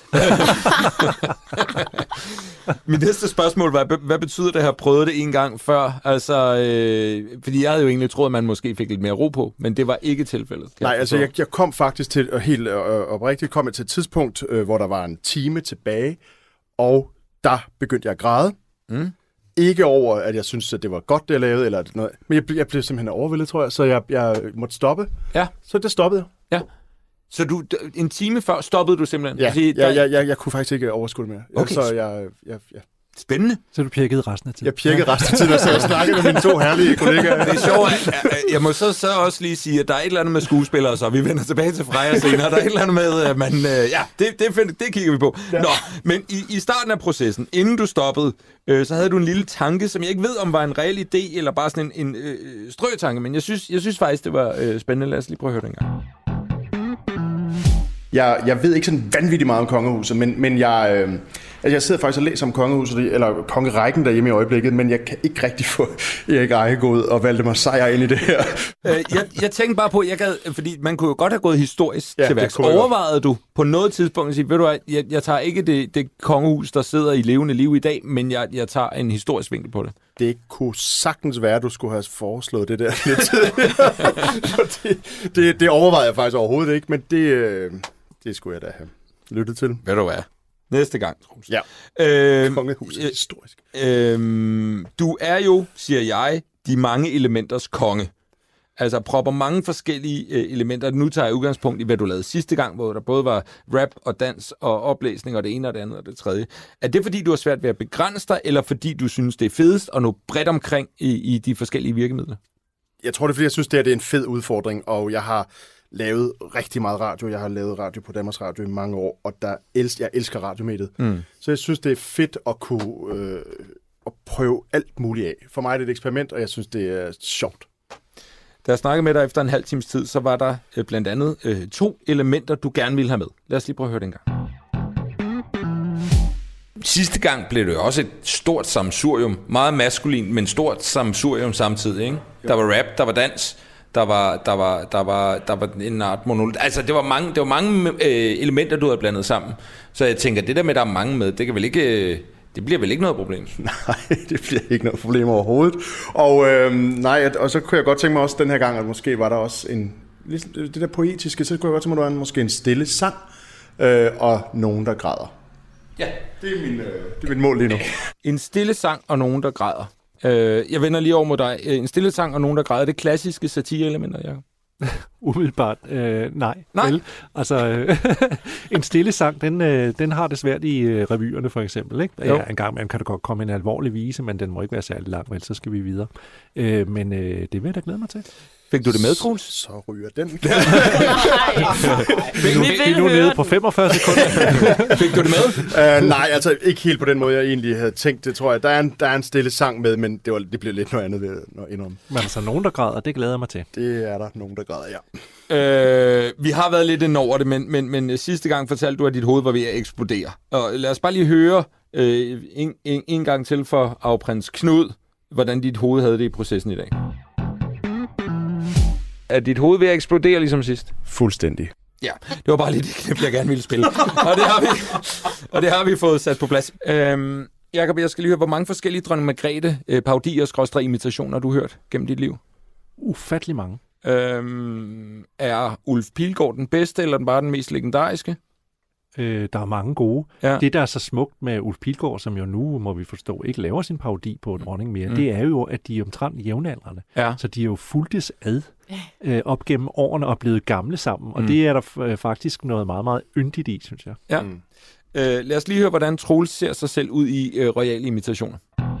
Mit næste spørgsmål var, hvad betyder det at have prøvet det en gang før? Altså, fordi jeg havde jo egentlig troet, at man måske fik lidt mere ro på, men det var ikke tilfældet.
Nej, altså jeg kom faktisk til, helt oprigtigt kom jeg til et tidspunkt, hvor der var en time tilbage, og der begyndte jeg at græde. Ikke over, at jeg synes, at det var godt, det jeg lavede, eller noget, men jeg blev simpelthen overvældet, tror jeg, så jeg måtte stoppe.
Ja.
Så det stoppede jeg.
Ja. Så en time før stoppede du simpelthen?
Ja, jeg kunne faktisk ikke overskue det mere.
Okay.
Så jeg
Spændende.
Så du pjekkede resten af tiden?
Jeg pjekkede resten af tiden, og så jeg snakkede med mine to herlige kollegaer.
Det er sjovt. Jeg må så også lige sige, at der er et eller andet med skuespillere, så vi vender tilbage til Freja senere. Der er et eller andet med, at man... det kigger vi på. Ja. Nå, men i starten af processen, inden du stoppede, så havde du en lille tanke, som jeg ikke ved, om var en reel idé, eller bare sådan en strøtanke, men jeg synes faktisk, det var spændende. Lad os lige prøve at høre det engang.
Jeg ved ikke sådan vanvittigt meget om kongehuset, men jeg sidder faktisk og læser om kongehuset, eller kongerækken derhjemme i øjeblikket, men jeg kan ikke rigtig få Erik Ejegod og Valdemar Sejr ind i det her.
Jeg tænkte bare på, fordi man kunne jo godt have gået historisk til værks. Overvejede du på noget tidspunkt at sige, ved du hvad, jeg tager ikke det kongehus, der sidder i levende liv i dag, men jeg tager en historisk vinkel på det?
Det kunne sagtens være, at du skulle have foreslået det der lidt tidligere. Det overvejede jeg faktisk overhovedet ikke, men det skulle jeg da have lyttet til.
Ved du hvad? Næste gang, Troels.
Ja. Kongehuset er historisk.
Du er jo, siger jeg, de mange elementers konge. Altså propper mange forskellige elementer. Nu tager jeg udgangspunkt i, hvad du lavede sidste gang, hvor der både var rap og dans og oplæsning og det ene og det andet og det tredje. Er det, fordi du har svært ved at begrænse dig, eller fordi du synes, det er fedest at nå bredt omkring i de forskellige virkemidler?
Jeg tror, det er, fordi jeg synes, det er en fed udfordring, og jeg har lavet rigtig meget radio. Jeg har lavet radio på Danmarks Radio i mange år, og jeg elsker radiomediet. Så jeg synes, det er fedt at kunne at prøve alt muligt af. For mig er det et eksperiment, og jeg synes, det er sjovt.
Da jeg snakkede med dig efter en halv times tid, så var der blandt andet 2 elementer, du gerne ville have med. Lad os lige prøve at høre det en gang. Sidste gang blev det jo også et stort sammensurium. Meget maskulin, men stort sammensurium samtidig, ikke? Der var rap, der var dans, der var en art monolog. Altså, det var mange elementer, du havde blandet sammen. Så jeg tænker, det der med, der er mange med, det kan vel ikke... Det bliver vel ikke noget problem?
Nej, det bliver ikke noget problem overhovedet. Og så kunne jeg godt tænke mig også den her gang, at måske var der også ligesom det der poetiske, så kunne jeg godt tænke mig, at der var måske en stille sang, og nogen, der græder.
Ja.
Det er mit mål lige nu.
En stille sang og nogen, der græder. Jeg vender lige over mod dig. En stille sang og nogen, der græder. Det klassiske satire-elementer, Jacob?
Umiddelbart, nej. Vel? Altså, en stille sang, den har det svært i revyerne for eksempel. Ikke? Ja, en gang imellem kan der godt komme en alvorlig vise, men den må ikke være særlig lang, vel, så skal vi videre. Men det vil jeg da glæde mig til.
Fik du det med, Troels?
Så ryger den.
Vi er nu nede på 45 sekunder.
Fik du det med?
Nej, altså ikke helt på den måde, jeg egentlig havde tænkt det, tror jeg. Der er en stille sang med, men det bliver lidt noget andet ved at indrømme.
Men altså nogen, der græder, det glæder jeg mig til.
Det er der nogen, der græder, ja.
Vi har været lidt ind over det, men sidste gang fortalte du, at dit hoved var ved at eksplodere. Og lad os bare lige høre en gang til for afprins Knud, hvordan dit hoved havde det i processen i dag. Er dit hoved ved at eksplodere ligesom sidst?
Fuldstændig.
Ja, det var bare lige det knip, jeg gerne ville spille. Og det har vi fået sat på plads. Jakob, jeg skal lige høre, hvor mange forskellige Dronning Margrethe parodier, imitationer du har hørt gennem dit liv?
Ufattelig mange.
Er Ulf Pilgaard den bedste, eller den bare den mest legendariske?
Der er mange gode.
Ja.
Det, der er så smukt med Ulf Pilgaard, som jo nu, må vi forstå, ikke laver sin parodi på dronning mere, det er jo, at de er omtrent jævnaldrende. Ja. Så de er jo fulgtes ad op gennem årene og blevet gamle sammen. Og det er der faktisk noget meget, meget yndigt i, synes jeg.
Ja. Lad os lige høre, hvordan Troels ser sig selv ud i royale imitationer.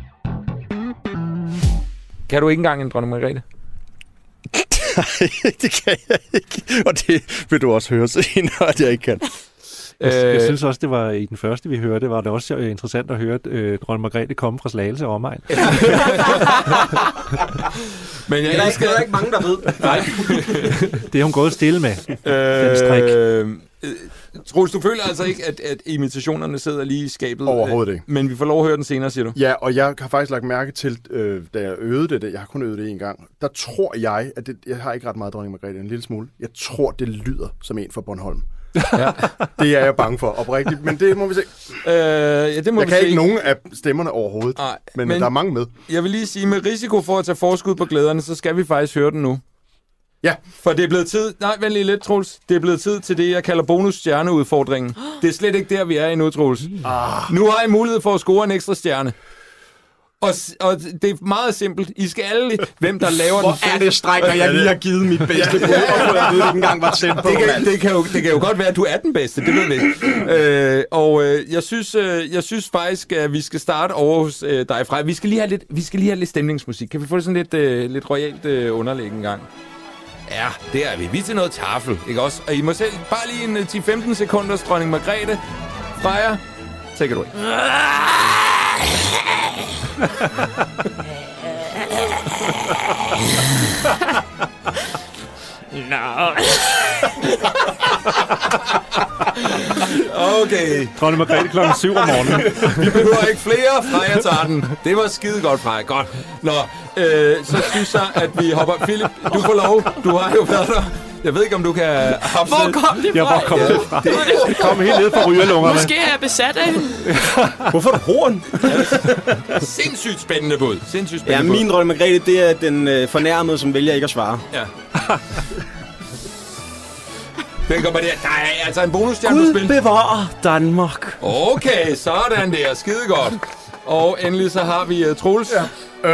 Kan du ikke engang en dronning Margrethe?
Nej, det kan jeg ikke. Og det vil du også høre senere, at jeg ikke kan.
Jeg synes også, det var i den første, vi hørte, var det også interessant at høre dronning Margrethe komme fra Slagelse og omegn.
Men det er ikke mange, der ved.
Nej. Det er hun gået stille med, den strik.
Troels, du føler altså ikke, at imitationerne sidder lige i skabet?
Overhovedet ikke.
Men vi får lov at høre den senere, siger du?
Ja, og jeg har faktisk lagt mærke til, da jeg øvede det, jeg har kun øvet det en gang, der tror jeg, at jeg har ikke ret meget dronning Margrethe, en lille smule. Jeg tror, det lyder som en fra Bornholm. Ja. Det er jeg bange for, oprigtigt. Men det må vi se.
Det må
jeg kan ikke nogen af stemmerne overhovedet, men der er mange med.
Jeg vil lige sige, med risiko for at tage forskud på glæderne, så skal vi faktisk høre den nu.
Ja.
For det er blevet tid... Nej, vent lige lidt, Troels. Det er blevet tid til det, jeg kalder bonus-stjerneudfordringen. Det er slet ikke der, vi er endnu, Troels. Nu har I mulighed for at score en ekstra stjerne. Og det er meget simpelt. I skal alle... Hvem der laver den...
Hvor er det strækker, jeg lige har givet mit bedste bud, og jeg ved, det ikke engang var tæt på.
Det kan jo godt være, at du er den bedste. Det ved vi ikke. Jeg synes faktisk, at vi skal starte over hos dig, Frej. Vi skal lige have lidt stemningsmusik. Kan vi få det sådan lidt royalt underlæg en gang? Ja, det er vi. Vi er til noget tafel, ikke også? Og I må selv bare lige en 10-15 sekunders dronning Margrethe. Freja, take it away. Okay.
Dronning Margrethe klokken 7 om morgenen.
Vi behøver ikke flere. Freja tager den. Det var skide godt, Freja. Godt. Nå, så synes jeg, at vi hopper... Philip, du får lov. Du har jo været der. Jeg ved ikke, om du kan...
Hvor kom det fra?
Hvor kom det fra? Det kom helt ned fra rygerlungerne.
Måske er jeg besat af hende.
Hvorfor er du horn?
Sindssygt spændende bud.
Ja, min dronning Margrethe, det er den fornærmede, som vælger ikke at svare.
Ja. Den kommer der. Der er altså en bonusstjerne på spil.
Gud bevarer Danmark.
Okay, sådan der. Skide godt. Og endelig så har vi Troels. Ja.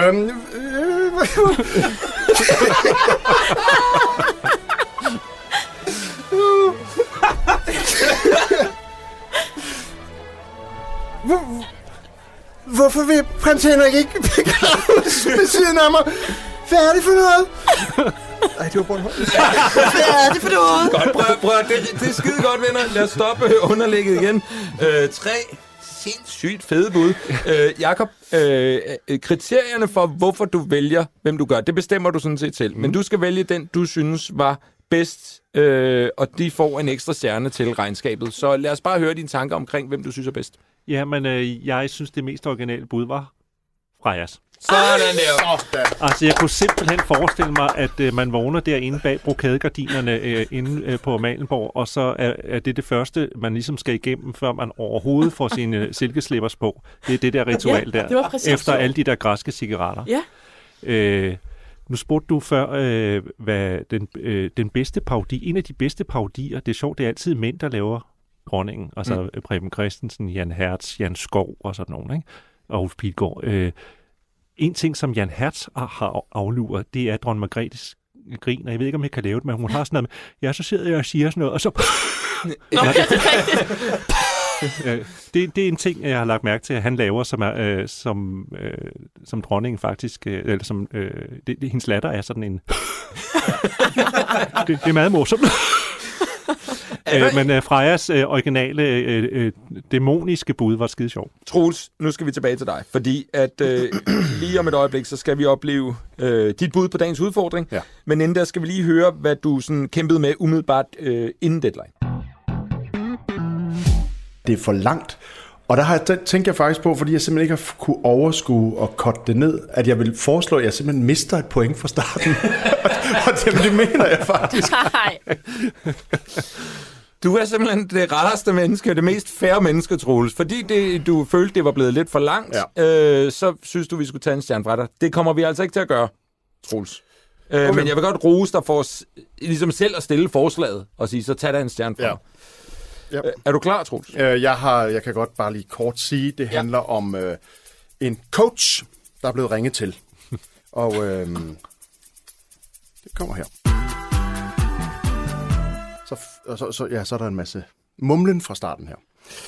Hvorfor vil prins Henrik ikke begraves ved siden af mig? Hvad er det for noget? Ej, det var Bornholm.
Hvad er det for noget?
Godt, prøv. Det er skide godt, venner. Lad os stoppe underlægget igen. 3 sindssygt fede bud. Jakob, kriterierne for, hvorfor du vælger, hvem du gør, det bestemmer du sådan set selv. Men du skal vælge den, du synes var bedst, og de får en ekstra stjerne til regnskabet. Så lad os bare høre dine tanker omkring, hvem du synes er bedst.
Ja, men jeg synes, det mest originale bud var Frejas.
Sådan der.
Altså, jeg kunne simpelthen forestille mig, at man vågner derinde bag brokadegardinerne inde på Amalienborg, og så er det første, man ligesom skal igennem, før man overhovedet får sine silkeslippers på. Det er det der ritual der.
Det var præcis
efter alle de der græske cigaretter.
Ja.
Nu spurgte du før, hvad den bedste parodi, en af de bedste parodier, det er sjovt, det er altid mænd, der laver dronningen. Altså Preben Christensen, Jan Hertz, Jan Skov og sådan nogen, ikke? Og Ulf Pilgaard. En ting, som Jan Hertz har afluret, det er dronning Margrethes grin, og jeg ved ikke, om jeg kan lave det, men hun har sådan noget med, ja, så sidder jeg og siger sådan noget, og så... Det er en ting, jeg har lagt mærke til, at han laver, som dronningen faktisk, eller som hendes latter er sådan en... det er meget morsomt. Men Frejas originale dæmoniske bud var skide sjov.
Troels, nu skal vi tilbage til dig, fordi at lige om et øjeblik, så skal vi opleve dit bud på dagens udfordring. Ja. Men inden der skal vi lige høre, hvad du sådan kæmpede med umiddelbart inden deadline.
Det er for langt. Og der tænker jeg faktisk på, fordi jeg simpelthen ikke har kunne overskue og cutte det ned, at jeg vil foreslå, at jeg simpelthen mister et point fra starten. Og det mener jeg faktisk.
Du er simpelthen det rareste menneske, det mest fair menneske, Troels. Fordi du følte, det var blevet lidt for langt, så synes du, vi skulle tage en stjerne fra dig. Det kommer vi altså ikke til at gøre, Troels. Okay. Men jeg vil godt rose dig for ligesom selv at stille forslaget og sige, så tag dig en stjerne fra dig. Yep. Er du klar, Troels?
Jeg kan godt bare lige kort sige, det handler om en coach, der er blevet ringet til. Og det kommer her. Så er der en masse mumlen fra starten her.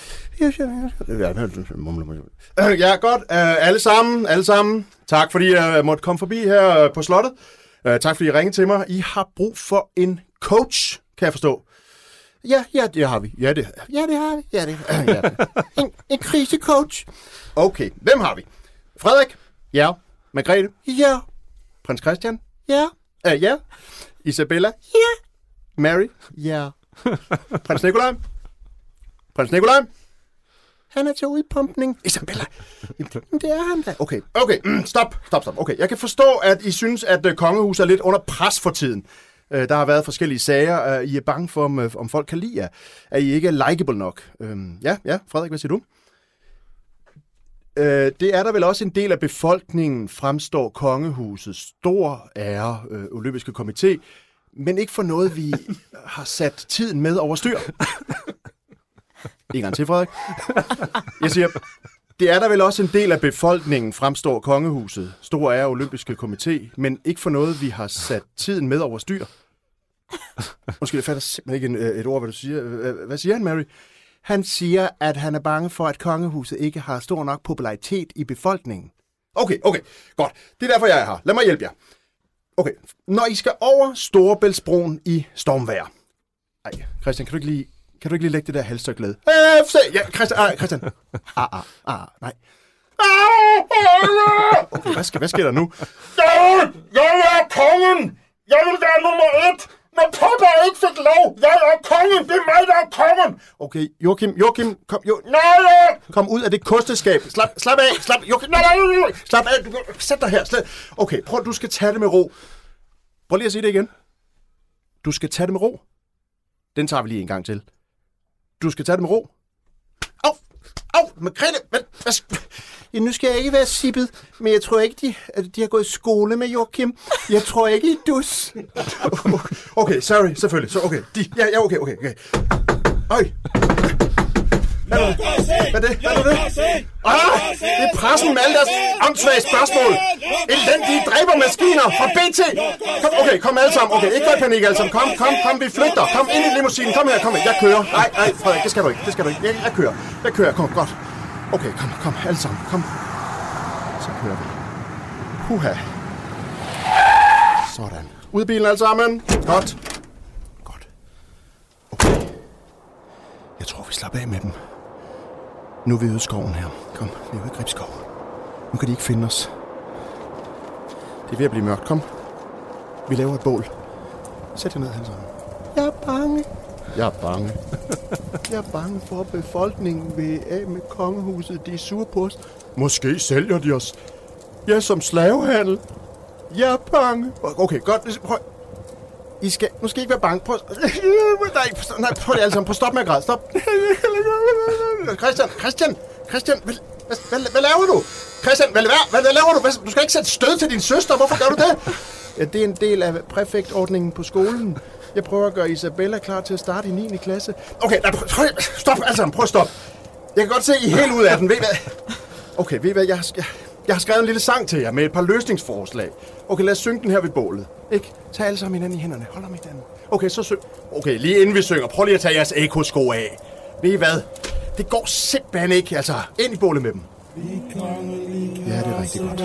Ja, godt. Alle sammen. Tak, fordi jeg måtte komme forbi her på slottet. Tak, fordi I ringede til mig. I har brug for en coach, kan jeg forstå. Ja, det har vi. Ja, det har vi. En krisecoach. Okay, hvem har vi? Frederik? Ja. Margrethe? Ja. Prins Christian? Ja. Ja. Isabella? Ja. Mary? Ja. Prins Nikolaj? Han er til udpumpning. Isabella? Det er han da. Okay. Stop. Okay, jeg kan forstå, at I synes, at kongehuset er lidt under pres for tiden. Der har været forskellige sager. I er bange for, om folk kan lide jer. At I ikke er likeable nok. Ja, Frederik, hvad siger du? Det er der vel også en del af befolkningen, fremstår kongehuset stor ære, olympiske komité, men ikke for noget, vi har sat tiden med over styr. En gang til, Frederik. Jeg siger, det er der vel også en del af befolkningen, fremstår kongehuset, stor ære, olympiske komité, men ikke for noget, vi har sat tiden med over styr. Måske jeg fatter simpelthen ikke et ord, hvad du siger. Hvad siger han, Mary? Han siger, at han er bange for, at kongehuset ikke har stor nok popularitet i befolkningen. Okay, godt. Det er derfor, jeg er her. Lad mig hjælpe jer. Okay, når I skal over Storebæltsbroen i stormvejr. Ej, Christian, kan du ikke lige lægge det der halstørklæde? Ja, Christian. Nej. Okay, hvad sker der nu? Jeg er kongen! Jeg vil være nummer 1! Men Peppa ikke fik lov! Jeg er kongen! Det er mig, der er kongen! Okay, Joachim, kom. Nej! Kom ud af det kosteskab. Slap af! Joachim, nej! Slap af! Sæt dig her. Okay, prøv, du skal tage det med ro. Prøv lige at sige det igen. Du skal tage det med ro. Den tager vi lige en gang til. Du skal tage det med ro. Au! Margrethe! Ja, nu skal jeg ikke være sippet, men jeg tror ikke, de har gået i skole med Joachim. Jeg tror ikke i dus. Okay, sorry, selvfølgelig. Så okay. Okay. Øj! Hvad er det? Det er pressen med alle deres åndssvage spørgsmål. Elendige dræbermaskiner fra BT. Kom alle sammen. Okay, ikke gå i panik alle sammen. Kom, vi flygter. Kom ind i limousinen. Kom her. Jeg kører. Nej, Frederik, det skal du ikke. Jeg kører. Kom, godt. Okay, kom, alle sammen. Kom. Så kører vi. Huha. Sådan. Ud af bilen alle sammen. Godt. Okay. Jeg tror, vi slapper af med dem. Nu er vi ude i skoven her. Kom, vi er ude i Gribskov. Nu kan de ikke finde os. Det er ved at blive mørkt. Kom. Vi laver et bål. Sæt jer ned, alle sammen. Jeg er bange. Jeg er bange for, at befolkningen vil af med kongehuset. De er sure på os. Måske sælger de os. Ja, som slavehandel. Jeg er bange. Okay, godt. Prøv. I skal måske ikke være bange. Prøv det alle sammen. Prøv stop med at græde. Stop. Christian, hvad laver du? Christian, hvad laver du? Du skal ikke sætte stød til din søster. Hvorfor gør du det? Ja, det er en del af præfektordningen på skolen. Jeg prøver at gøre Isabella klar til at starte i 9. klasse. Okay, stop alle sammen. Prøv at stoppe. Jeg kan godt se, I er helt ud af den. Ved I hvad? Okay, ved I hvad? Jeg har skrevet en lille sang til jer med et par løsningsforslag. Okay, lad os synge den her ved bålet. Ikke? Tag alle sammen hinanden i hænderne. Hold om hinanden. Okay, så syng. Okay, lige inden vi synger, prøv lige at tage jeres ekosko af. Ved I hvad? Det går simpelthen ikke. Altså, ind i bålet med dem. Ja, det er rigtig godt.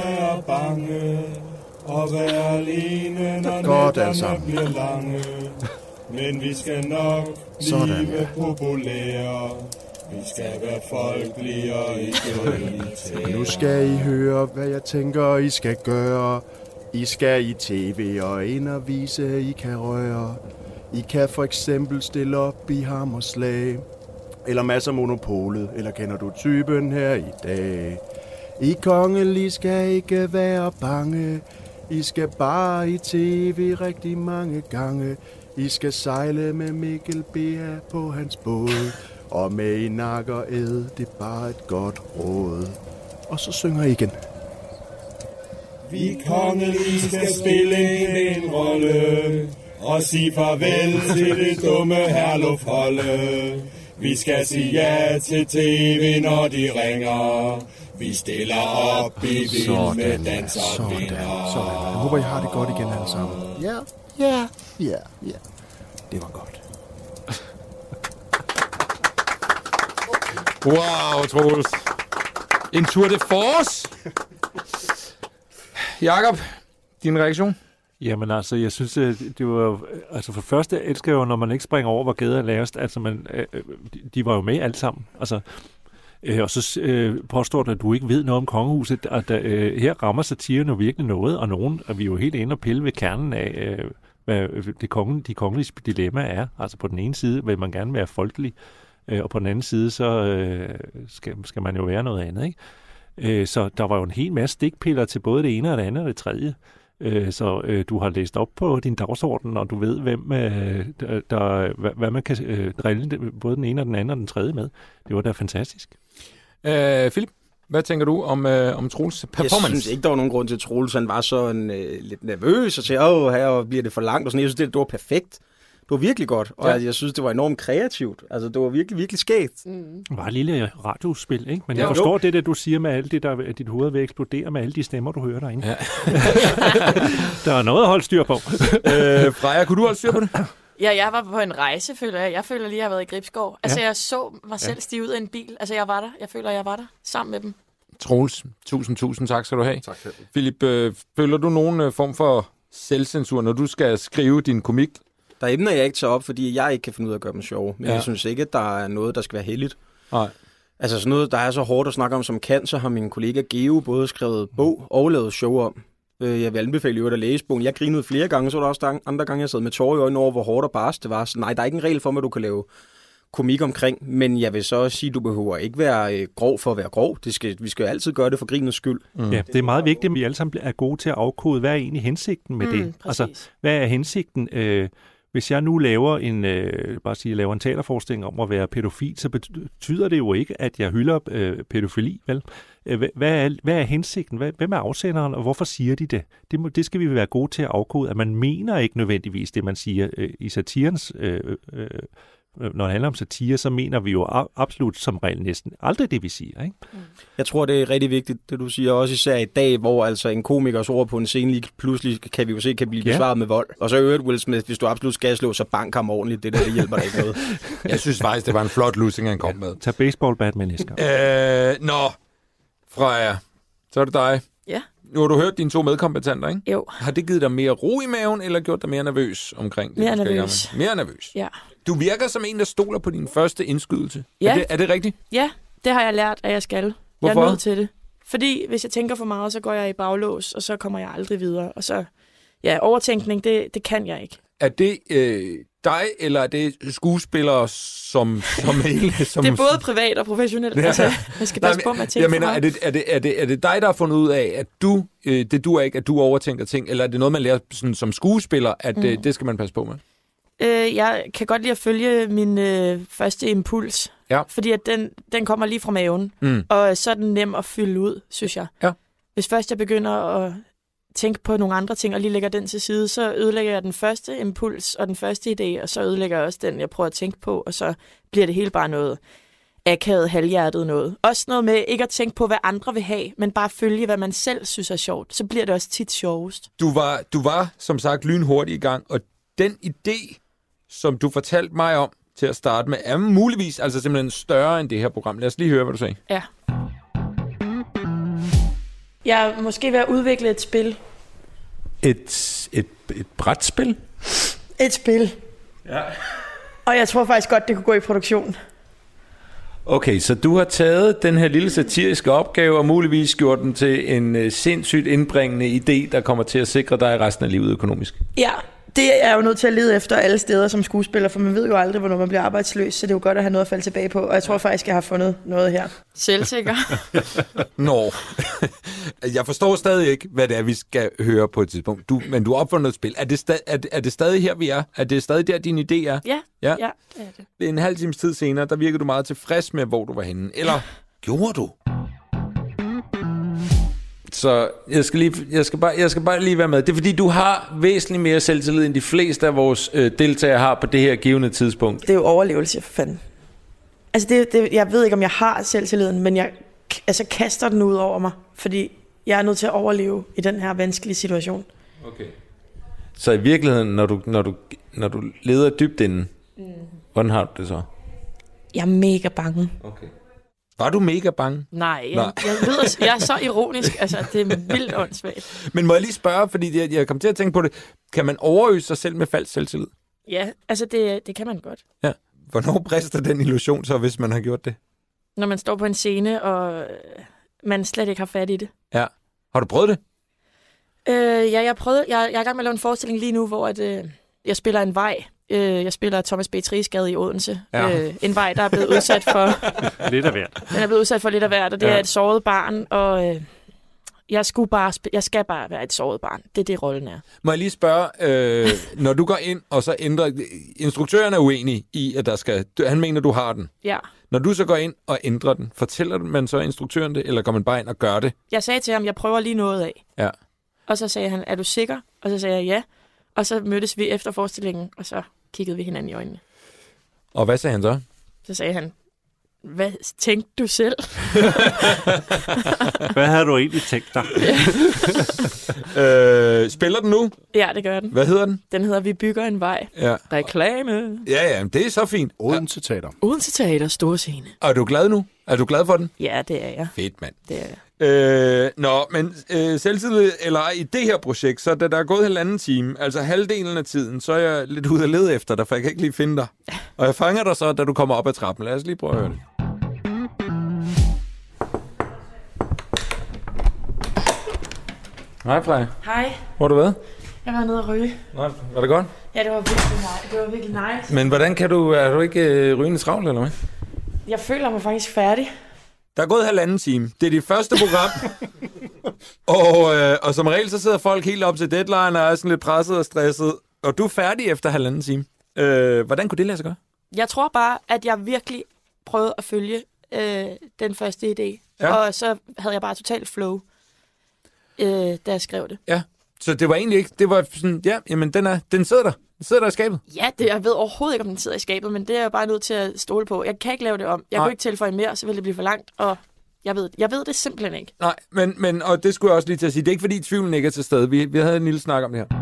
Og være alene, når
godt, altså.
bliver lange. Men vi skal nok blive populære. Vi skal være folkelige og ikke elitære.
Nu skal I høre, hvad jeg tænker, I skal gøre. I skal i tv og ind og vise, I kan røre. I kan for eksempel stille op i Hammerslag. Eller masser Monopolet. Eller kender du typen her i dag? I Kongelig skal ikke være bange. I skal bare i tv rigtig mange gange. I skal sejle med Mikkel Bea på hans båd. Og med i nak og æd, det er bare et godt råd. Og så synger I igen.
Vi kongelige skal spille en rolle. Og sige farvel til det dumme herlufholde. Vi skal sige ja til tv, når de ringer. Vi stiller op i Vild med Dans og Vinder.
Sådan. Jeg håber, I har det godt igen alle sammen. Ja. Det var godt.
Wow, Troels. En tour de force. Jakob, din reaktion?
Jamen altså, jeg synes, det var... Altså for første, jeg elsker jo, når man ikke springer over, hvor gader er lavest. Altså, de var jo med alle sammen. Altså, og så påstår du, at du ikke ved noget om kongehuset. At her rammer satiren jo virkelig noget, og nogen er vi jo helt inde og pille ved kernen af, hvad de kongelige dilemma er. Altså på den ene side vil man gerne være folkelig, og på den anden side, så skal man jo være noget andet, ikke? Så der var jo en hel masse stikpiller til både det ene og det andet og det tredje. Så du har læst op på din dagsorden, og du ved, hvad man kan drille både den ene og den anden og den tredje med. Det var da fantastisk.
Philip, hvad tænker du om Troels' performance?
Jeg synes ikke, der var nogen grund til, at Troels han var sådan lidt nervøs og sagde, her bliver det for langt. Og sådan. Jeg synes, det var perfekt. Det var virkelig godt, og jeg synes, det var enormt kreativt. Altså, det var virkelig, virkelig skægt.
Det var et lille radiospil, ikke? Men jeg forstår det, du siger med alt det, der dit hoved vil eksplodere med alle de stemmer, du hører derinde. Ja. Der er noget at holde styr på.
Freja, kunne du holde styr på det?
Ja, jeg var på en rejse, føler jeg. Jeg føler lige, at jeg har været i Gribskov. Altså, jeg så mig selv stige ud af en bil. Altså, jeg var der. Jeg føler, jeg var der sammen med dem.
Troels, tusind tak skal du have.
Tak selv.
Philip, føler du nogen form for selvcensur, når du skal skrive din komik?
Der er emner, jeg ikke tager op, fordi jeg ikke kan finde ud af at gøre dem sjove. Men jeg synes ikke, at der er noget, der skal være heldigt.
Nej.
Altså sådan noget, der er så hårdt at snakke om som kan, så har min kollega Geo både skrevet bog og lavet show om. Jeg vil anbefale at læse bogen. Jeg grinede flere gange, så var der også andre gange, jeg sad med tårer i øjnene over, hvor hårdt og barsk det var. Så nej, der er ikke en regel for, hvad du kan lave komik omkring. Men jeg vil så også sige, at du behøver ikke være grov for at være grov. Vi skal jo altid gøre det for grinens skyld.
Ja, det er meget vigtigt, at vi alle sammen er gode til at afkode, hvad er egentlig hensigten med det?
Præcis.
Altså, hvad er hensigten? Hvis jeg nu laver en teaterforestilling om at være pædofil, så betyder det jo ikke, at jeg hylder pædofili, vel? Hvad er hensigten? Hvem er afsenderen, og hvorfor siger de det? Det skal vi være gode til at afkode, at man mener ikke nødvendigvis det, man siger i satirens... Når det handler om satire, så mener vi jo absolut som regel næsten aldrig det, vi siger, ikke?
Jeg tror, det er rigtig vigtigt, det du siger, også især i dag, hvor altså en komikers ord på en scene lige pludselig kan vi jo se, kan blive besvaret med vold. Og så øvrigt Will Smith, hvis du absolut skal slå, så bank ham ordentligt. Det hjælper dig ikke noget.
Jeg synes faktisk, det var en flot lussing, han kom med.
Tag baseballbat med næste gang.
Freja, så er det dig.
Ja.
Nu har du hørt dine 2 medkompetenter, ikke?
Jo.
Har det givet dig mere ro i maven, eller gjort dig mere nervøs omkring det? Mere nervøs?
Ja.
Du virker som en, der stoler på din første indskydelse.
Ja.
Er det rigtigt?
Ja, det har jeg lært, at jeg skal.
Hvorfor?
Jeg er nødt til det. Fordi hvis jeg tænker for meget, så går jeg i baglås, og så kommer jeg aldrig videre. Og så, overtænkning, det kan jeg ikke.
Er det dig, eller er det skuespillere som hele? Som,
det er både privat og professionelt. Ja. Altså, jeg skal passe på med at tænke
jeg mener, er det dig, der har fundet ud af, at det duer ikke, at du overtænker ting, eller er det noget, man lærer sådan, som skuespiller, at det skal man passe på med?
Jeg kan godt lide at følge min første impuls, fordi at den kommer lige fra maven, og så er den nem at fylde ud, synes jeg. Ja. Hvis først jeg begynder at tænke på nogle andre ting, og lige lægger den til side, så ødelægger jeg den første impuls og den første idé, og så ødelægger jeg også den, jeg prøver at tænke på, og så bliver det hele bare noget akavet, halvhjertet noget. Også noget med ikke at tænke på, hvad andre vil have, men bare følge, hvad man selv synes er sjovt. Så bliver det også tit sjovest.
Du var som sagt lynhurtigt i gang, og den idé, som du fortalte mig om til at starte med, er muligvis altså simpelthen større end det her program. Lad os lige høre, hvad du sagde.
Ja.
Jeg er måske ved at udvikle et spil.
Et brætspil?
Et spil.
Ja.
Og jeg tror faktisk godt, det kunne gå i produktion.
Okay, så du har taget den her lille satiriske opgave og muligvis gjort den til en sindssygt indbringende idé, der kommer til at sikre dig resten af livet økonomisk.
Ja, det er jo nødt til at lede efter alle steder som skuespiller, for man ved jo aldrig, hvornår man bliver arbejdsløs, så det er jo godt at have noget at falde tilbage på. Og jeg tror faktisk, jeg har fundet noget her.
Selvsikker.
Nå, jeg forstår stadig ikke, hvad det er, vi skal høre på et tidspunkt. Men du har opfundet et spil. Er det stadig her, vi er? Er det stadig der, din idé er?
Ja, det er det.
En halv times tid senere, der virkede du meget tilfreds med, hvor du var henne. Eller gjorde du?
Så jeg skal bare lige være med. Det er fordi, du har væsentligt mere selvtillid, end de fleste af vores deltagere har på det her givende tidspunkt.
Det er jo overlevelse, for fanden. Altså, jeg ved ikke, om jeg har selvtilliden, men jeg kaster den ud over mig, fordi jeg er nødt til at overleve i den her vanskelige situation.
Okay. Så i virkeligheden, når du leder dybt inden, hvordan har du det så?
Jeg er mega bange.
Okay.
Var du mega bange?
Nej, jeg er så ironisk. Altså, det er vildt åndssvagt.
Men må jeg lige spørge, fordi jeg kom til at tænke på det. Kan man overøse sig selv med falsk selvtillid?
Ja, altså det kan man godt.
Ja. Hvornår brister den illusion så, hvis man har gjort det?
Når man står på en scene, og man slet ikke har fat i det.
Ja. Har du prøvet det?
Ja, jeg prøvede. Jeg er i gang med at lave en forestilling lige nu, hvor jeg spiller en vej. Jeg spiller Thomas B. Triesgade i Odense.
Ja.
En vej, der er blevet udsat for...
lidt af hvert.
Den er blevet udsat for lidt af hvert, og det er et såret barn, og jeg skal bare være et såret barn. Det er det, rollen er.
Må jeg lige spørge, når du går ind, og så ændrer... Instruktøren er uenig i, at han mener, du har den.
Ja.
Når du så går ind og ændrer den, fortæller man så instruktøren det, eller går man bare ind og gør det?
Jeg sagde til ham, jeg prøver lige noget af.
Ja.
Og så sagde han, er du sikker? Og så sagde jeg ja. Og så mødtes vi efter forestillingen, og så kiggede vi hinanden i øjnene.
Og hvad sagde han så?
Så sagde han, hvad tænkte du selv?
Hvad havde du egentlig tænkt dig?
Spiller den nu?
Ja, det gør den.
Hvad hedder den?
Den hedder Vi bygger en vej.
Ja.
Reklame.
Ja, det er så fint.
Odense Teater.
Odense Teater, store scene.
Og er du glad nu? Er du glad for den?
Ja, det er jeg.
Fedt, mand.
Det er jeg.
Men selvtillid eller ej, i det her projekt, så da der er gået 1,5 time, altså halvdelen af tiden, så er jeg lidt ude at lede efter dig, for jeg kan ikke lige finde dig. Og jeg fanger dig så, da du kommer op ad trappen. Lad os lige prøve at høre det. Hej, Freja.
Hej,
Hvor har du været?
jeg var nede og ryge.
Nej, var det godt?
Ja, det var virkelig nice.
Men hvordan kan du... Er du ikke rygende travlt, eller hvad?
Jeg føler mig faktisk færdig.
Der er gået 1,5 time. Det er dit første program. og som regel, så sidder folk helt op til deadline og er sådan lidt presset og stresset. Og du er færdig efter 1,5 time. Hvordan kunne det lade sig gøre?
Jeg tror bare, at jeg virkelig prøvede at følge den første idé.
Ja.
Og så havde jeg bare totalt flow, da jeg skrev det.
Ja, så det var egentlig ikke... Det var sådan, ja, jamen den sidder der. Den sidder der i skabet.
Ja, jeg ved overhovedet ikke, om den sidder i skabet, men det er jeg bare nødt til at stole på. Jeg kan ikke lave det om. Jeg kunne ikke tilføje mere, så ville det blive for langt, og jeg ved det simpelthen ikke.
Nej, men og det skulle jeg også lige til at sige. Det er ikke, fordi tvivlen ikke er til stede. Vi havde en lille snak om det her.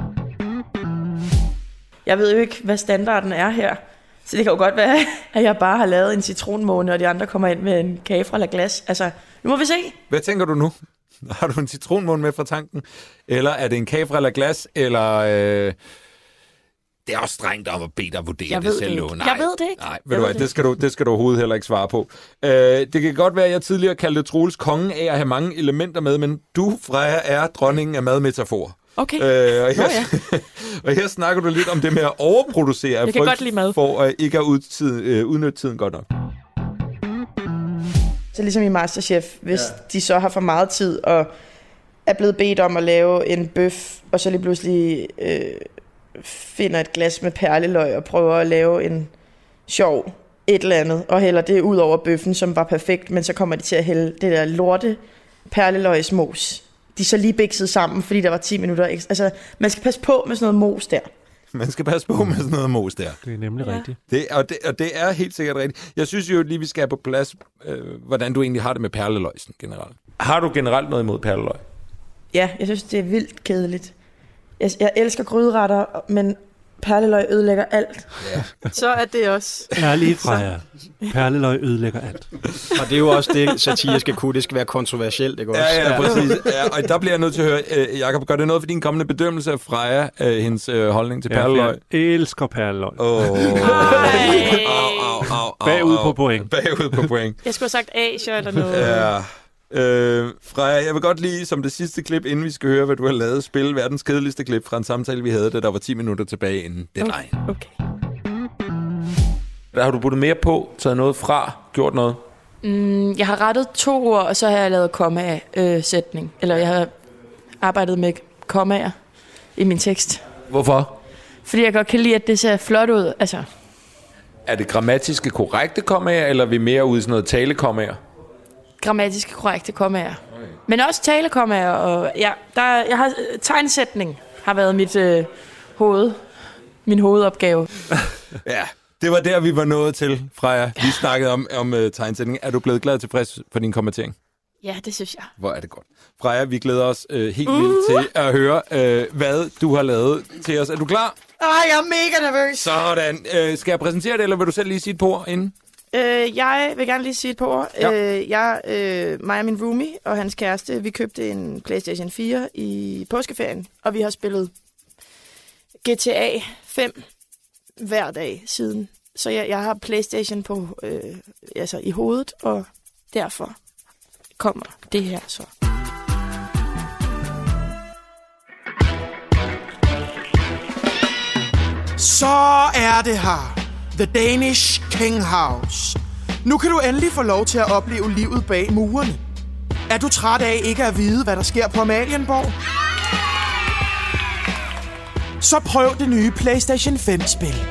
Jeg ved jo ikke, hvad standarden er her. Så det kan jo godt være, at jeg bare har lavet en citronmåne, og de andre kommer ind med en kage fra La Glace. Altså, nu må vi se.
Hvad tænker du nu? Har du en citronmåne med fra tanken? Eller er det en kage fra La Glace? Eller... Det er også strengt om at bede dig vurdere det selv.
Jeg ved det ikke.
Nej, ved du hvad, det skal du overhovedet heller ikke svare på. Det kan godt være, at jeg tidligere kaldte Troels kongen af at have mange elementer med, men du, Freja, er dronningen af madmetaforer.
Okay.
Og her snakker du lidt om det med at overproducere.
Jeg kan godt lide mad.
For at ikke at udnytte tiden godt nok.
Så ligesom i MasterChef, hvis de så har for meget tid og er blevet bedt om at lave en bøf, og så lige pludselig finder et glas med perleløg og prøver at lave en sjov et eller andet, og hælder det ud over bøffen, som var perfekt, men så kommer de til at hælde det der lorte perleløgsmos. De er så lige bikset sammen, fordi der var 10 minutter ekstra. Altså, man skal passe på med sådan noget mos der.
Man skal passe på med sådan noget mos der.
Det er nemlig rigtigt.
Det er helt sikkert rigtigt. Jeg synes jo lige, vi skal have på plads, hvordan du egentlig har det med perleløjsen generelt.
Har du generelt noget imod perleløg?
Ja, jeg synes, det er vildt kedeligt. Jeg elsker gryderetter, men perleløg ødelægger alt.
Ja.
Så er det også.
Ærlig fra jer. Perleløg ødelægger alt.
Og det er jo også det, satire skal kunne. Det skal være kontroversielt, ikke også?
Ja, præcis. Ja, og der bliver jeg nødt til at høre, Jakob, gør det noget for din kommende bedømmelse af Freja, hendes holdning til perleløg?
Jeg elsker perleløg.
Bagud
på point.
Jeg skulle have sagt Asia eller noget.
Ja. Freja, jeg vil godt lige som det sidste klip, inden vi skal høre, hvad du har lavet, spille verdens kedeligste klip fra en samtale, vi havde, da der var 10 minutter tilbage inden deadline.
Okay.
Der har du puttet mere på, taget noget fra, gjort noget?
Jeg har rettet 2 ord, og så har jeg lavet komma-sætning. Eller jeg har arbejdet med kommaer i min tekst.
Hvorfor?
Fordi jeg godt kan lide, at det ser flot ud. Altså.
Er det grammatiske korrekte kommaer, eller er vi mere ude i sådan noget talekommaer?
Grammatiske korrekte kommaer. Okay. Men også talekommaer. Og jeg har tegnsætning har været min hovedopgave.
Ja, det var der, vi var nået til, Freja. Vi snakkede om tegnsætning. Er du blevet glad og tilfreds for din kommentering?
Ja, det synes jeg.
Hvor er det godt. Freja, vi glæder os helt vildt til at høre, hvad du har lavet til os. Er du klar?
Jeg er mega nervøs.
Sådan. Skal jeg præsentere det, eller vil du selv lige sige et par ord inden?
Jeg vil gerne lige sige et par ord.
Ja.
Mig og min roomie og hans kæreste, vi købte en PlayStation 4 i påskeferien, og vi har spillet GTA 5 hver dag siden. Så jeg har PlayStation på i hovedet, og derfor kommer det her så.
Så er det her. The Danish King House. Nu kan du endelig få lov til at opleve livet bag murene. Er du træt af ikke at vide, hvad der sker på Amalienborg? Så prøv det nye PlayStation 5-spil.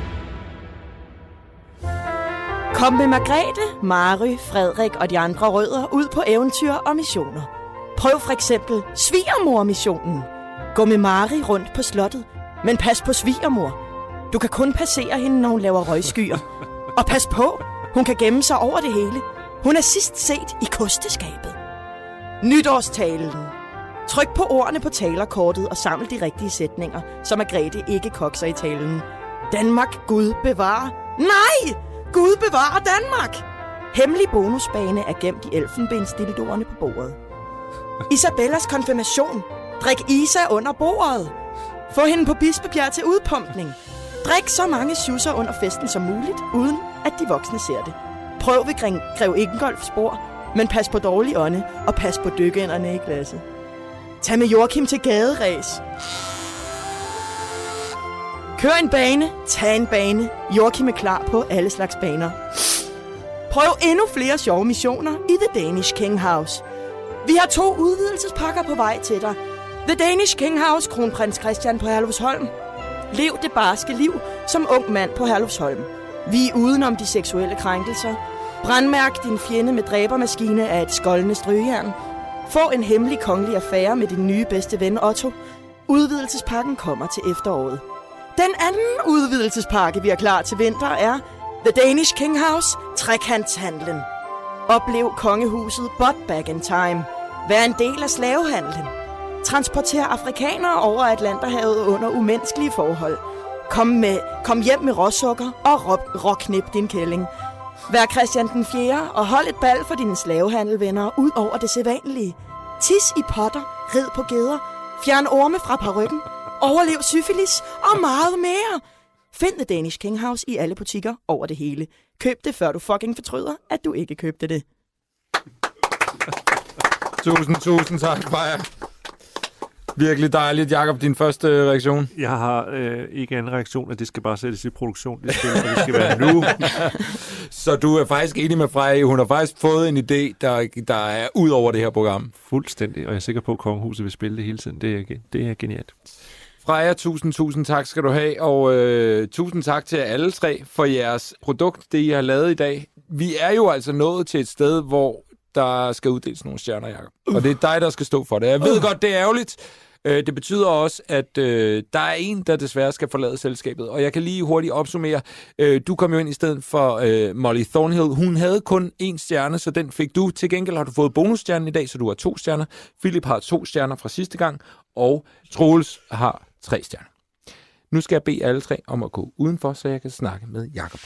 Kom med Margrethe, Mary, Frederik og de andre rødder ud på eventyr og missioner. Prøv for eksempel svigermor-missionen. Gå med Mary rundt på slottet, men pas på svigermor. Du kan kun passere hende, når hun laver røgskyer. Og pas på, hun kan gemme sig over det hele. Hun er sidst set i kosteskabet. Nytårstalen. Tryk på ordene på talerkortet og samle de rigtige sætninger, så Margrethe ikke kokser i talen. Danmark, Gud bevare. Nej! Gud bevare Danmark! Hemmelig bonusbane er gemt i elfenbensdildoerne på bordet. Isabellas konfirmation. Drik Isa under bordet. Få hende på Bispebjerg til udpumpning. Drik så mange schusser under festen som muligt, uden at de voksne ser det. Prøv ved Grev Ingolfs spor, men pas på dårlig ånde og pas på dykkeænderne i glasset. Tag med Joachim til gaderæs. Kør en bane, tag en bane. Joachim er klar på alle slags baner. Prøv endnu flere sjove missioner i The Danish King House. Vi har 2 udvidelsespakker på vej til dig. The Danish King House, Kronprins Christian på Herlufsholm. Lev det barske liv som ung mand på Herlufsholm. Vi er udenom de seksuelle krænkelser. Brandmærk din fjende med dræbermaskine af et skoldende strygejern. Få en hemmelig kongelig affære med din nye bedste ven Otto. Udvidelsespakken kommer til efteråret. Den anden udvidelsespakke, vi er klar til vinter, er The Danish King House, trekantshandlen. Oplev kongehuset but back in time. Vær en del af slavehandlen. Transporter afrikanere over Atlanterhavet under umenneskelige forhold. Kom hjem med råsukker og råknip din kælling. Vær Christian den 4. og hold et bal for dine slavehandelvenner ud over det sædvanlige. Tis i potter, rid på geder, fjern orme fra parykken, overlev syfilis og meget mere. Find The Danish King House i alle butikker over det hele. Køb det, før du fucking fortryder, at du ikke købte det.
Tusind tak, Freja. Virkelig dejligt. Jakob, din første reaktion?
Jeg har ikke anden reaktion, at det skal bare sættes i produktion. Det skal være nu.
Så du er faktisk enig med Freja. Hun har faktisk fået en idé, der er ud over det her program.
Fuldstændig, og jeg er sikker på, at kongehuset vil spille det hele tiden. Det er genialt.
Freja, tusind tak skal du have, og tusind tak til alle 3 for jeres produkt, det I har lavet i dag. Vi er jo altså nået til et sted, hvor der skal uddeles nogle stjerner, Jacob. Og det er dig, der skal stå for det. Jeg ved godt, det er ærgerligt, Det betyder også, at der er en, der desværre skal forlade selskabet. Og jeg kan lige hurtigt opsummere. Du kom jo ind i stedet for Molly Thornhill. Hun havde kun 1 stjerne, så den fik du. Til gengæld har du fået bonusstjernen i dag, så du har 2 stjerner. Philip har 2 stjerner fra sidste gang, og Troels har 3 stjerner. Nu skal jeg bede alle 3 om at gå udenfor, så jeg kan snakke med Jakob.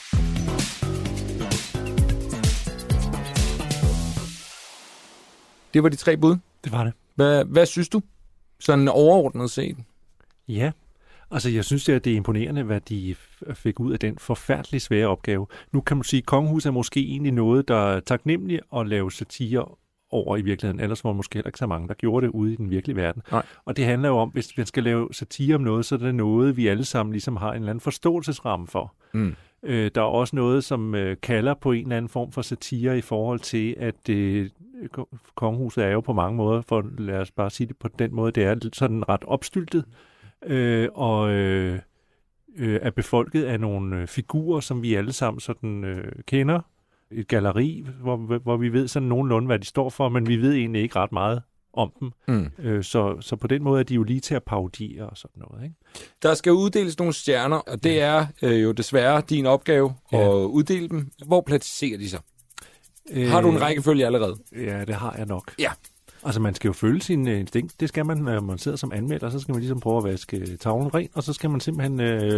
Det var de 3 bud.
Det var det.
Hvad synes du? Sådan overordnet set.
Ja, altså jeg synes, at det er imponerende, hvad de fik ud af den forfærdelig svære opgave. Nu kan man sige, at Kongehuset er måske egentlig noget, der er taknemmeligt at lave satire over i virkeligheden. Ellers var der måske heller ikke så mange, der gjorde det ude i den virkelige verden.
Nej.
Og det handler jo om, hvis man skal lave satire om noget, så er det noget, vi alle sammen ligesom har en eller anden forståelsesramme for.
Mm.
Der er også noget, som kalder på en eller anden form for satire i forhold til, at Kongehuset er jo på mange måder, for lad os bare sige det på den måde, det er sådan ret opstyltet, og er befolket af nogle figurer, som vi alle sammen sådan kender. Et galleri, hvor vi ved sådan nogenlunde, hvad de står for, men vi ved egentlig ikke ret meget om dem. Mm. Så på den måde er de jo lige til at parodiere og sådan noget. Ikke?
Der skal uddeles nogle stjerner, og det er jo desværre din opgave at uddele dem. Hvor placerer de sig? Har du en rækkefølge allerede?
Ja, det har jeg nok.
Ja.
Altså, man skal jo følge sin instinkt. Det skal man, når man sidder som anmelder, så skal man ligesom prøve at vaske tavlen ren, og så skal man simpelthen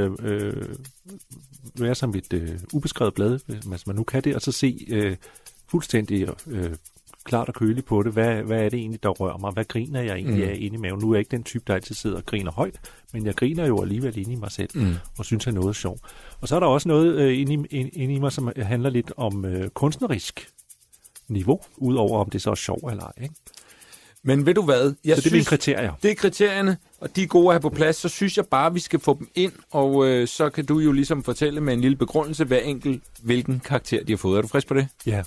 være som et ubeskrevet blad, hvis man nu kan det, og så se fuldstændig klart og køligt på det. Hvad er det egentlig, der rører mig? Hvad griner jeg egentlig af inde i maven? Nu er jeg ikke den type, der altid sidder og griner højt, men jeg griner jo alligevel inde i mig selv, og synes, at noget er sjovt. Og så er der også noget inde i mig, som handler lidt om kunstnerisk niveau, udover om det så er sjovt eller ej, ikke?
Men ved du hvad? Jeg
så det er mine kriterier.
Det er kriterierne, og de er gode at have på plads. Så synes jeg bare, vi skal få dem ind, og så kan du jo ligesom fortælle med en lille begrundelse hver enkelt, hvilken karakter de har fået. Er du frisk på det?
Ja.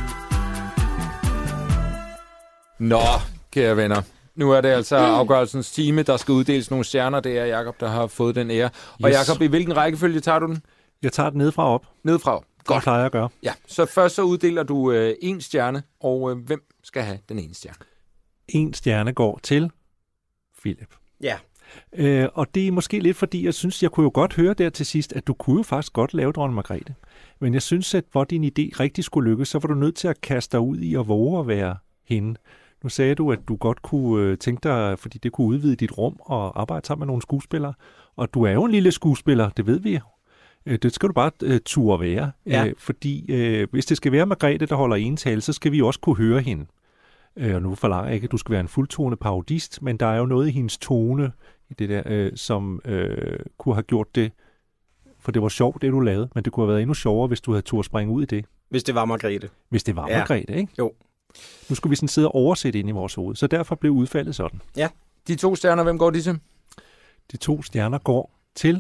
Nå, kære venner. Nu er det altså afgørelsens time, der skal uddeles nogle stjerner. Det er Jakob, der har fået den ære. Og Jakob, i hvilken rækkefølge tager du den?
Jeg tager den nedefra op.
Nedefra op. Godt.
Det plejer jeg at gøre.
Ja, så først så uddeler du 1 stjerne, og hvem skal have den ene stjerne?
1 stjerne går til Philip.
Ja.
Og det er måske lidt, fordi jeg synes, jeg kunne jo godt høre der til sidst, at du kunne jo faktisk godt lave Dronning Margrethe. Men jeg synes, at hvor din idé rigtig skulle lykkes, så var du nødt til at kaste dig ud i at våge at være hende. Nu sagde du, at du godt kunne tænke dig, fordi det kunne udvide dit rum og arbejde sammen med nogle skuespillere. Og du er jo en lille skuespiller, det ved vi. Det skal du bare turde være.
Ja.
Fordi hvis det skal være Margrethe, der holder entale, så skal vi også kunne høre hende. Og nu forlanger jeg ikke, at du skal være en fuldtone parodist, men der er jo noget i hendes tone, i det der, som kunne have gjort det, for det var sjovt, det du lavede, men det kunne have været endnu sjovere, hvis du havde turde springe ud i det.
Hvis det var Margrethe.
Hvis det var Margrethe, ikke?
Jo.
Nu skulle vi sådan sidde og oversætte ind i vores hoved, så derfor blev udfaldet sådan.
Ja.
De 2 stjerner, hvem går de til?
De 2 stjerner går til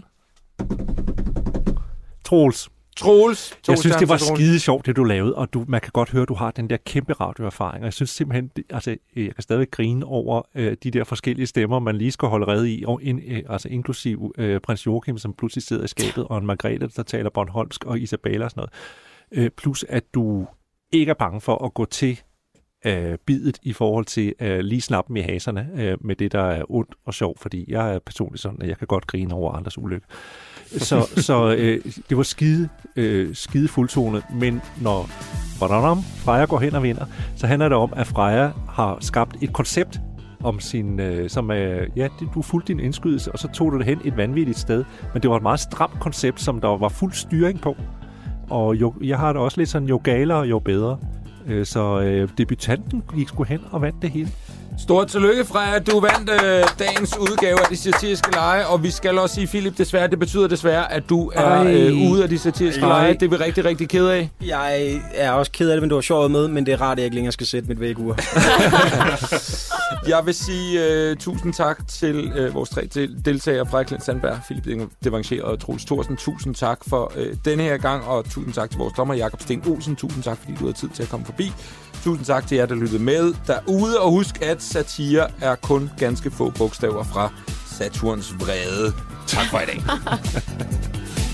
Troels. Jeg synes, det var skide sjovt, det du lavede, og man kan godt høre, at du har den der kæmpe radioerfaring, og jeg synes simpelthen, jeg kan stadig grine over de der forskellige stemmer, man lige skal holde rede i, og inklusiv prins Joachim, som pludselig sidder i skabet, og en Margrethe, der taler bornholmsk, og Isabella og sådan noget. Plus, at du ikke er bange for at gå til bidet i forhold til lige snappe dem i haserne med det, der er ondt og sjovt, fordi jeg er personligt sådan, at jeg kan godt grine over andres ulykke. Så det var skide fuldtonet, men når Freja går hen og vinder, så handler det om, at Freja har skabt et koncept om sin, som er, du fulgte din indskydelse, og så tog du det hen et vanvittigt sted, men det var et meget stramt koncept, som der var fuld styring på, og jeg har det også lidt sådan, jo galere, jo bedre. Så debutanten gik sgu hen og vandt det hele.
Stort tillykke, Freja. Du vandt dagens udgave af De Satiriske Lege, og vi skal også sige, Philip, desværre, det betyder desværre, at du er ude af De Satiriske Lege. Det er vi rigtig, rigtig ked af. Jeg
er også ked af det, men du var sjovt med, men det er rart, at jeg ikke længere skal sætte mit vægur.
Jeg vil sige tusind tak til vores 3 deltagere, Freja Klint Sandberg, Philip Devanchier og Troels Thorsen. Tusind tak for denne her gang, og tusind tak til vores dommer, Jakob Sten Olsen. Tusind tak, fordi du havde tid til at komme forbi. Tusind tak til jer, der lyttede med derude, og husk, at satire er kun ganske få bogstaver fra Saturns vrede. Tak for i dag.